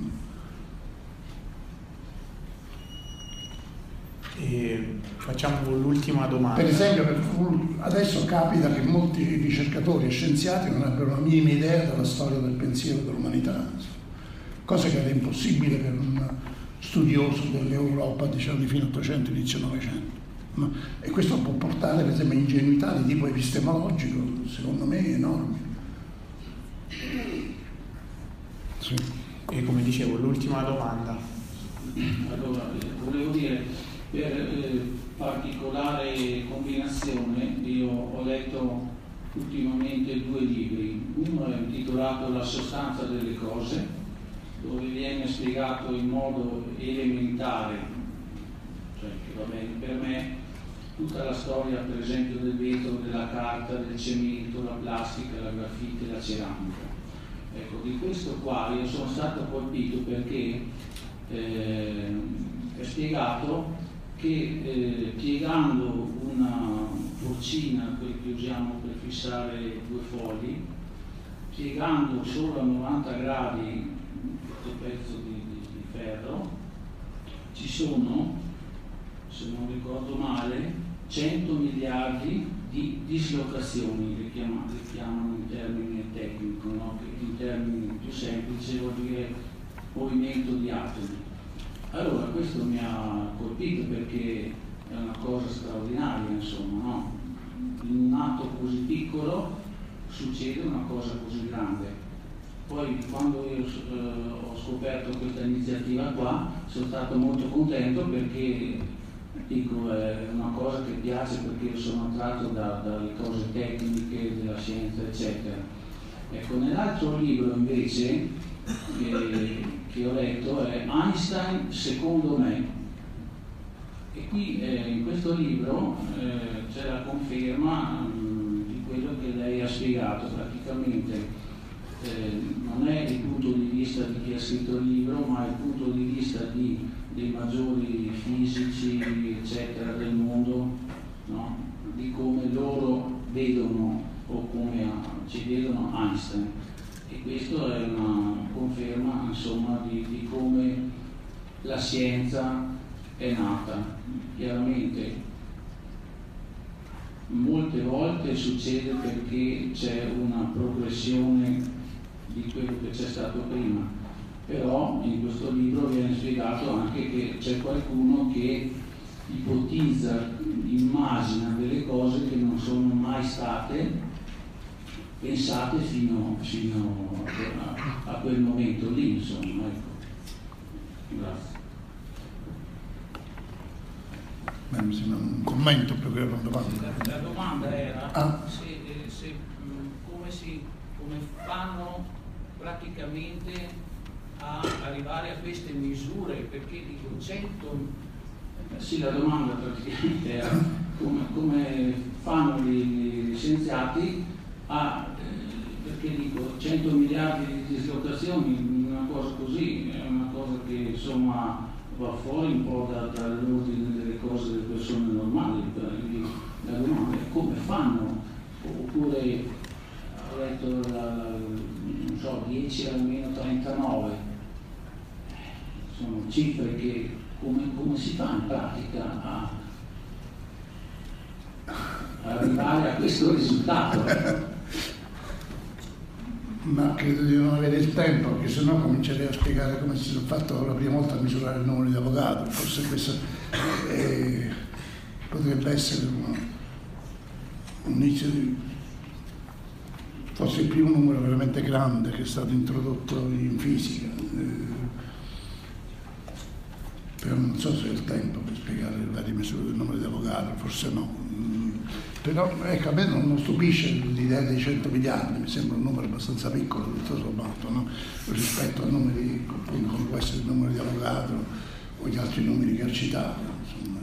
E facciamo l'ultima domanda. Per esempio, per, adesso capita che molti ricercatori e scienziati non abbiano la minima idea della storia del pensiero dell'umanità, cosa che era impossibile per un studioso dell'Europa, diciamo, di fine Ottocento, inizio Novecento. No? E questo può portare, per esempio, a ingenuità di tipo epistemologico, secondo me, enormi. Sì. E come dicevo, l'ultima domanda. Allora, volevo dire, per eh, particolare combinazione, io ho letto ultimamente due libri. Uno è intitolato La sostanza delle cose, dove viene spiegato in modo elementare, cioè che va bene per me, tutta la storia, per esempio, del vetro, della carta, del cemento, la plastica, la grafite, la ceramica. Ecco, di questo qua io sono stato colpito perché eh, è spiegato che eh, piegando una porcina, quella che usiamo per fissare due fogli, piegando solo a novanta gradi questo pezzo di, di, di ferro, ci sono, se non ricordo male, cento miliardi di dislocazioni, le chiamano, le chiamano in termini tecnici, no? In termini più semplici vuol dire movimento di atomi. Allora questo mi ha colpito perché è una cosa straordinaria, insomma, no? In un atto così piccolo succede una cosa così grande. Poi quando io eh, ho scoperto questa iniziativa qua sono stato molto contento perché dico, è una cosa che piace, perché io sono attratto da, dalle cose tecniche, della scienza, eccetera. Ecco, nell'altro libro invece che, che ho letto è Einstein secondo me, e qui eh, in questo libro eh, c'è la conferma mh, di quello che lei ha spiegato. Praticamente eh, non è il punto di vista di chi ha scritto il libro, ma il punto di vista di, dei maggiori fisici, eccetera, del mondo, no? Di come loro vedono o come ci vedono Einstein. E questo è una conferma, insomma, di, di come la scienza è nata. Chiaramente molte volte succede perché c'è una progressione di quello che c'è stato prima, però in questo libro viene spiegato anche che c'è qualcuno che ipotizza, immagina delle cose che non sono mai state pensate fino, fino a, a quel momento lì, insomma. Ecco. Grazie. Beh, mi sembra un commento più che una domanda. La, la domanda era ah. se, se, come, si, come fanno praticamente a arrivare a queste misure, perché dico cento. Sì, la domanda praticamente era come, come fanno gli, gli scienziati a, eh, perché dico cento miliardi di dislocazioni, una cosa così, è una cosa che insomma va fuori un po' da, dall'ordine delle cose delle persone normali. Quindi la domanda è come fanno, oppure ho letto la, la, non so, dieci almeno trentanove, sono cifre che come, come si fa in pratica a, a arrivare a questo risultato? Ma credo di non avere il tempo, perché sennò comincerei a spiegare come si è fatto la prima volta a misurare il numero di avvocati. Forse questo eh, potrebbe essere un, un inizio di, forse il primo numero veramente grande che è stato introdotto in fisica. Eh, però non so se ho il tempo per spiegare le varie misure del numero di avvocati, forse no. Però ecco, a me non, non stupisce l'idea dei cento miliardi, mi sembra un numero abbastanza piccolo tutto sommato, no? Rispetto a numeri come può essere il numero di avvocato o gli altri numeri che ha citato. Insomma.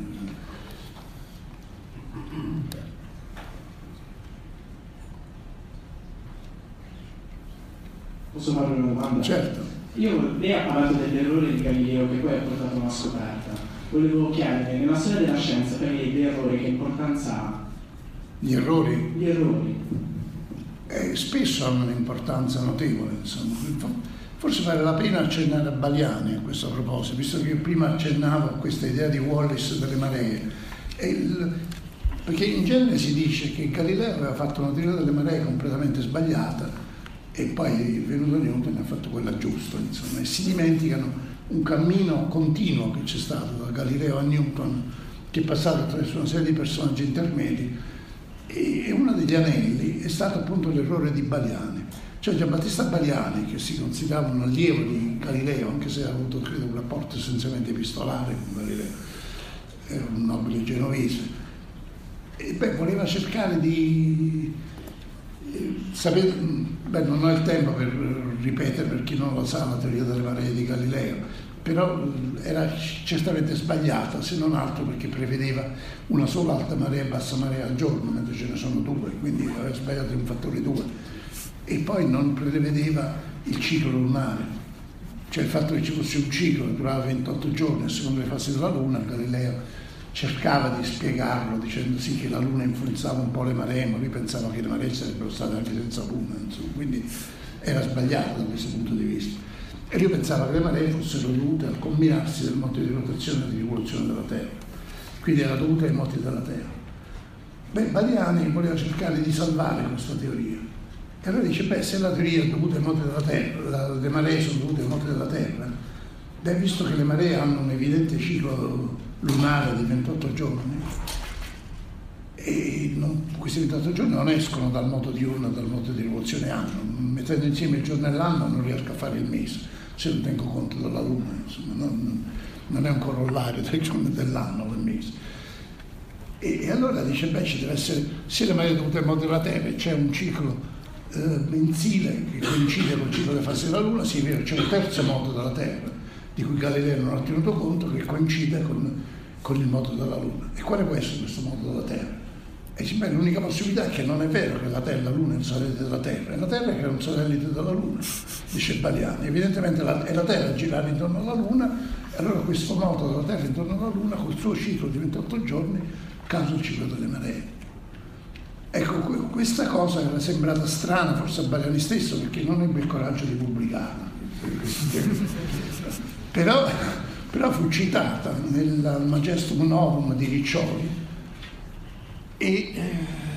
Posso fare una domanda? Certo. Io, lei ha parlato dell'errore di Galileo che poi ha portato a una scoperta. Volevo chiederle, nella storia della scienza, per lei l'errore che importanza ha? Gli errori? Gli errori. Eh, spesso hanno un'importanza notevole, insomma. Forse vale la pena accennare a Baliani a questo proposito, visto che io prima accennavo a questa idea di Wallace delle maree. Il, perché in genere si dice che Galileo aveva fatto una teoria delle maree completamente sbagliata e poi è venuto Newton e ha fatto quella giusta, insomma, e si dimenticano un cammino continuo che c'è stato da Galileo a Newton, che è passato attraverso una serie di personaggi intermedi, e uno degli anelli è stato appunto l'errore di Baliani. Cioè Giambattista Baliani, che si considerava un allievo di Galileo, anche se ha avuto credo un rapporto essenzialmente epistolare con Galileo, era un nobile genovese, e beh, voleva cercare di eh, sapere, beh, non ho il tempo per ripetere per chi non lo sa la teoria delle maree di Galileo, però era certamente sbagliata, se non altro perché prevedeva una sola alta marea e bassa marea al giorno, mentre ce ne sono due, quindi aveva sbagliato un fattore due. E poi non prevedeva il ciclo lunare, cioè il fatto che ci fosse un ciclo che durava ventotto giorni a seconda delle fasi della Luna. Galileo cercava di spiegarlo dicendo sì che la Luna influenzava un po' le maree, ma lui pensava che le maree sarebbero state anche senza Luna, insomma. Quindi era sbagliato da questo punto di vista. E io pensavo che le maree fossero dovute al combinarsi del moto di rotazione e di rivoluzione della Terra, quindi era dovuta ai moti della Terra. Beh, Baliani voleva cercare di salvare questa teoria. E allora dice, beh, se la teoria è dovuta ai moti della Terra, la, le maree sono dovute ai moti della Terra, beh, visto che le maree hanno un evidente ciclo lunare di ventotto giorni, e non, questi ventotto giorni non escono dal moto diurno, dal moto di rivoluzione anno, mettendo insieme il giorno e l'anno non riesco a fare il mese, se non tengo conto della luna, insomma, non, non è un corollario tra i giorni dell'anno o il mese. E, e allora dice, beh, ci deve essere sia le maree dovute al moto della Terra, c'è un ciclo eh, mensile che coincide con il ciclo delle fasi della luna, sì, c'è un terzo moto della Terra di cui Galileo non ha tenuto conto, che coincide con, con il moto della luna. E quale può essere questo moto della Terra? E dice, beh, l'unica possibilità è che non è vero che la Terra, la Luna è un satellite della Terra, è la Terra che è un satellite della Luna, dice Baliani. Evidentemente la, è la Terra a girare intorno alla Luna, e allora questo moto della Terra intorno alla Luna, col suo ciclo di ventotto giorni, causa il ciclo delle maree. Ecco, questa cosa era sembrata strana forse a Baliani stesso, perché non ebbe il coraggio di pubblicarla. però, però fu citata nel Majestum Novum di Riccioli, E, eh,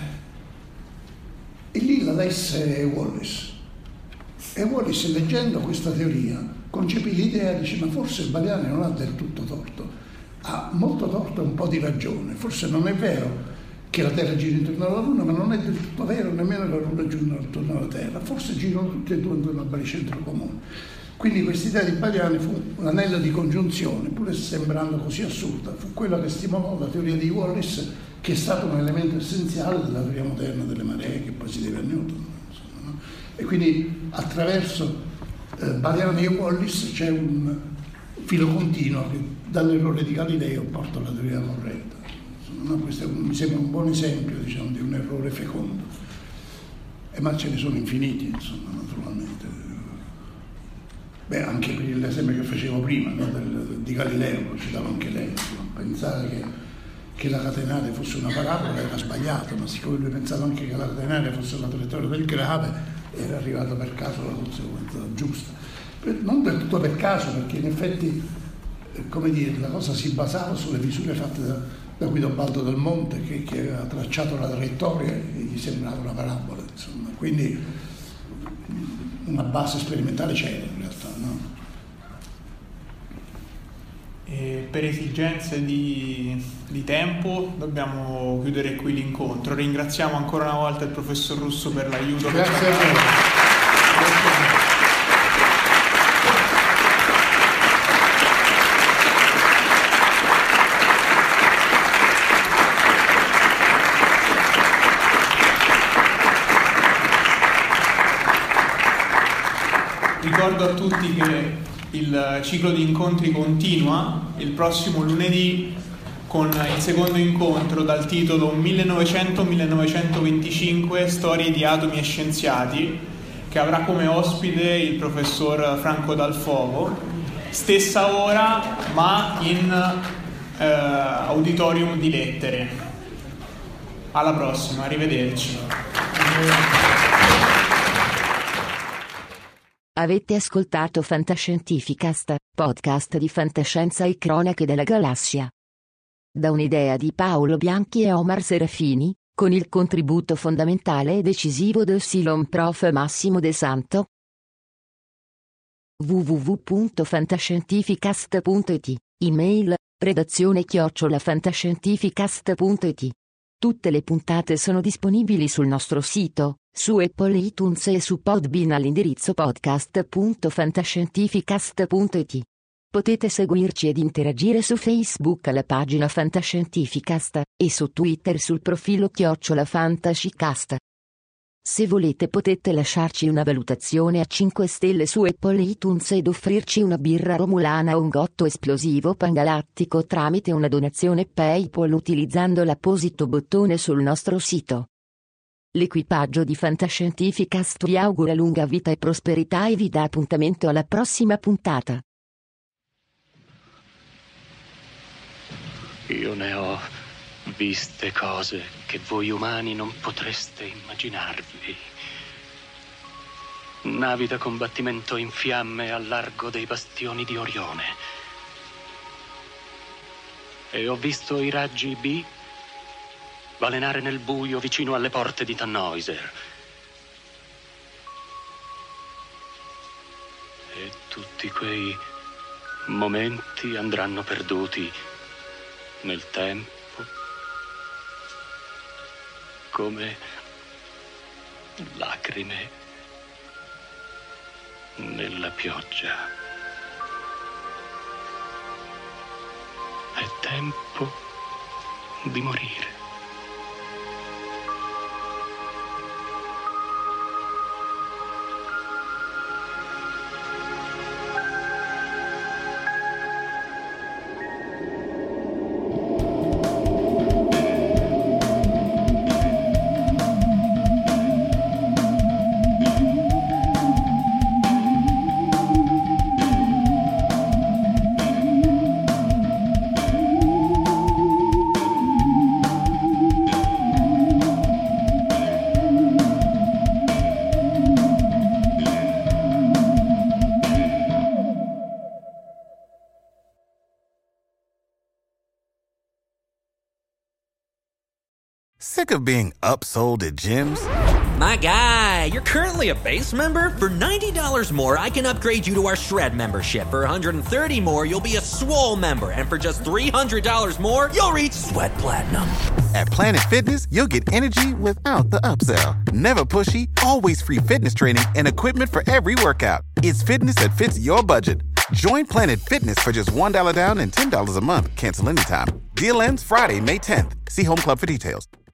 e lì la lesse Wallis. E Wallis, leggendo questa teoria, concepì l'idea, dice, ma forse Baliani non ha del tutto torto, ha molto torto e un po' di ragione. Forse non è vero che la Terra gira intorno alla Luna, ma non è del tutto vero nemmeno che la Luna gira intorno alla Terra. Forse girano tutti e due intorno al baricentro comune. Quindi quest'idea di Baliani fu un anello di congiunzione, pur sembrando così assurda, fu quello che stimolò la teoria di Wallis, che è stato un elemento essenziale della teoria moderna delle maree, che poi si deve a Newton. Insomma, no? E quindi attraverso eh, Baliani e Wallis c'è un filo continuo che dall'errore di Galileo porta alla teoria corretta. Insomma, no? Questo è un, mi sembra un buon esempio, diciamo, di un errore fecondo. E ma ce ne sono infiniti, insomma, naturalmente. Beh, anche per l'esempio che facevo prima, no? Del, di Galileo, lo citava anche lei, insomma, pensare che che la catenale fosse una parabola era sbagliato, ma siccome lui pensava anche che la catenale fosse la traiettoria del grave, era arrivato per caso alla conseguenza giusta. Non del tutto per caso, perché in effetti, come dire, la cosa si basava sulle misure fatte da, da Guidobaldo del Monte, che, che aveva tracciato la traiettoria e gli sembrava una parabola, insomma. Quindi una base sperimentale c'era in realtà, no? E per esigenze di, di tempo dobbiamo chiudere qui l'incontro. Ringraziamo ancora una volta il professor Russo per l'aiuto. Grazie che ci ha dato. a voi. Ricordo a tutti che il ciclo di incontri continua il prossimo lunedì con il secondo incontro dal titolo millenovecento millenovecentoventicinque Storie di atomi e scienziati, che avrà come ospite il professor Franco Dal Fogo, stessa ora ma in eh, auditorium di lettere. Alla prossima, arrivederci. Avete ascoltato Fantascientificast, podcast di fantascienza e cronache della galassia. Da un'idea di Paolo Bianchi e Omar Serafini, con il contributo fondamentale e decisivo del Silon Prof Massimo De Santo. w w w punto fantascientificast punto i t, email, redazione chiocciola fantascientificast punto i t. Tutte le puntate sono disponibili sul nostro sito, su Apple iTunes e su Podbean all'indirizzo podcast punto fantascientificast punto i t. Potete seguirci ed interagire su Facebook alla pagina Fantascientificast, e su Twitter sul profilo chiocciola Fantascicast. Se volete potete lasciarci una valutazione a cinque stelle su Apple iTunes ed offrirci una birra romulana o un gotto esplosivo pangalattico tramite una donazione PayPal utilizzando l'apposito bottone sul nostro sito. L'equipaggio di Fantascientificast vi augura lunga vita e prosperità e vi dà appuntamento alla prossima puntata. Io ne ho viste cose che voi umani non potreste immaginarvi. navi da combattimento in fiamme al largo dei bastioni di Orione. E ho visto i raggi B balenare nel buio vicino alle porte di Tannhäuser. E tutti quei momenti andranno perduti nel tempo, come lacrime nella pioggia. È tempo di morire. Sick of being upsold at gyms? My guy, you're currently a base member? For ninety dollars more, I can upgrade you to our Shred membership. For one hundred thirty dollars more, you'll be a Swole member. And for just three hundred dollars more, you'll reach Sweat Platinum. At Planet Fitness, you'll get energy without the upsell. Never pushy, always free fitness training and equipment for every workout. It's fitness that fits your budget. Join Planet Fitness for just one dollar down and ten dollars a month. Cancel anytime. Deal ends Friday, May tenth. See Home Club for details.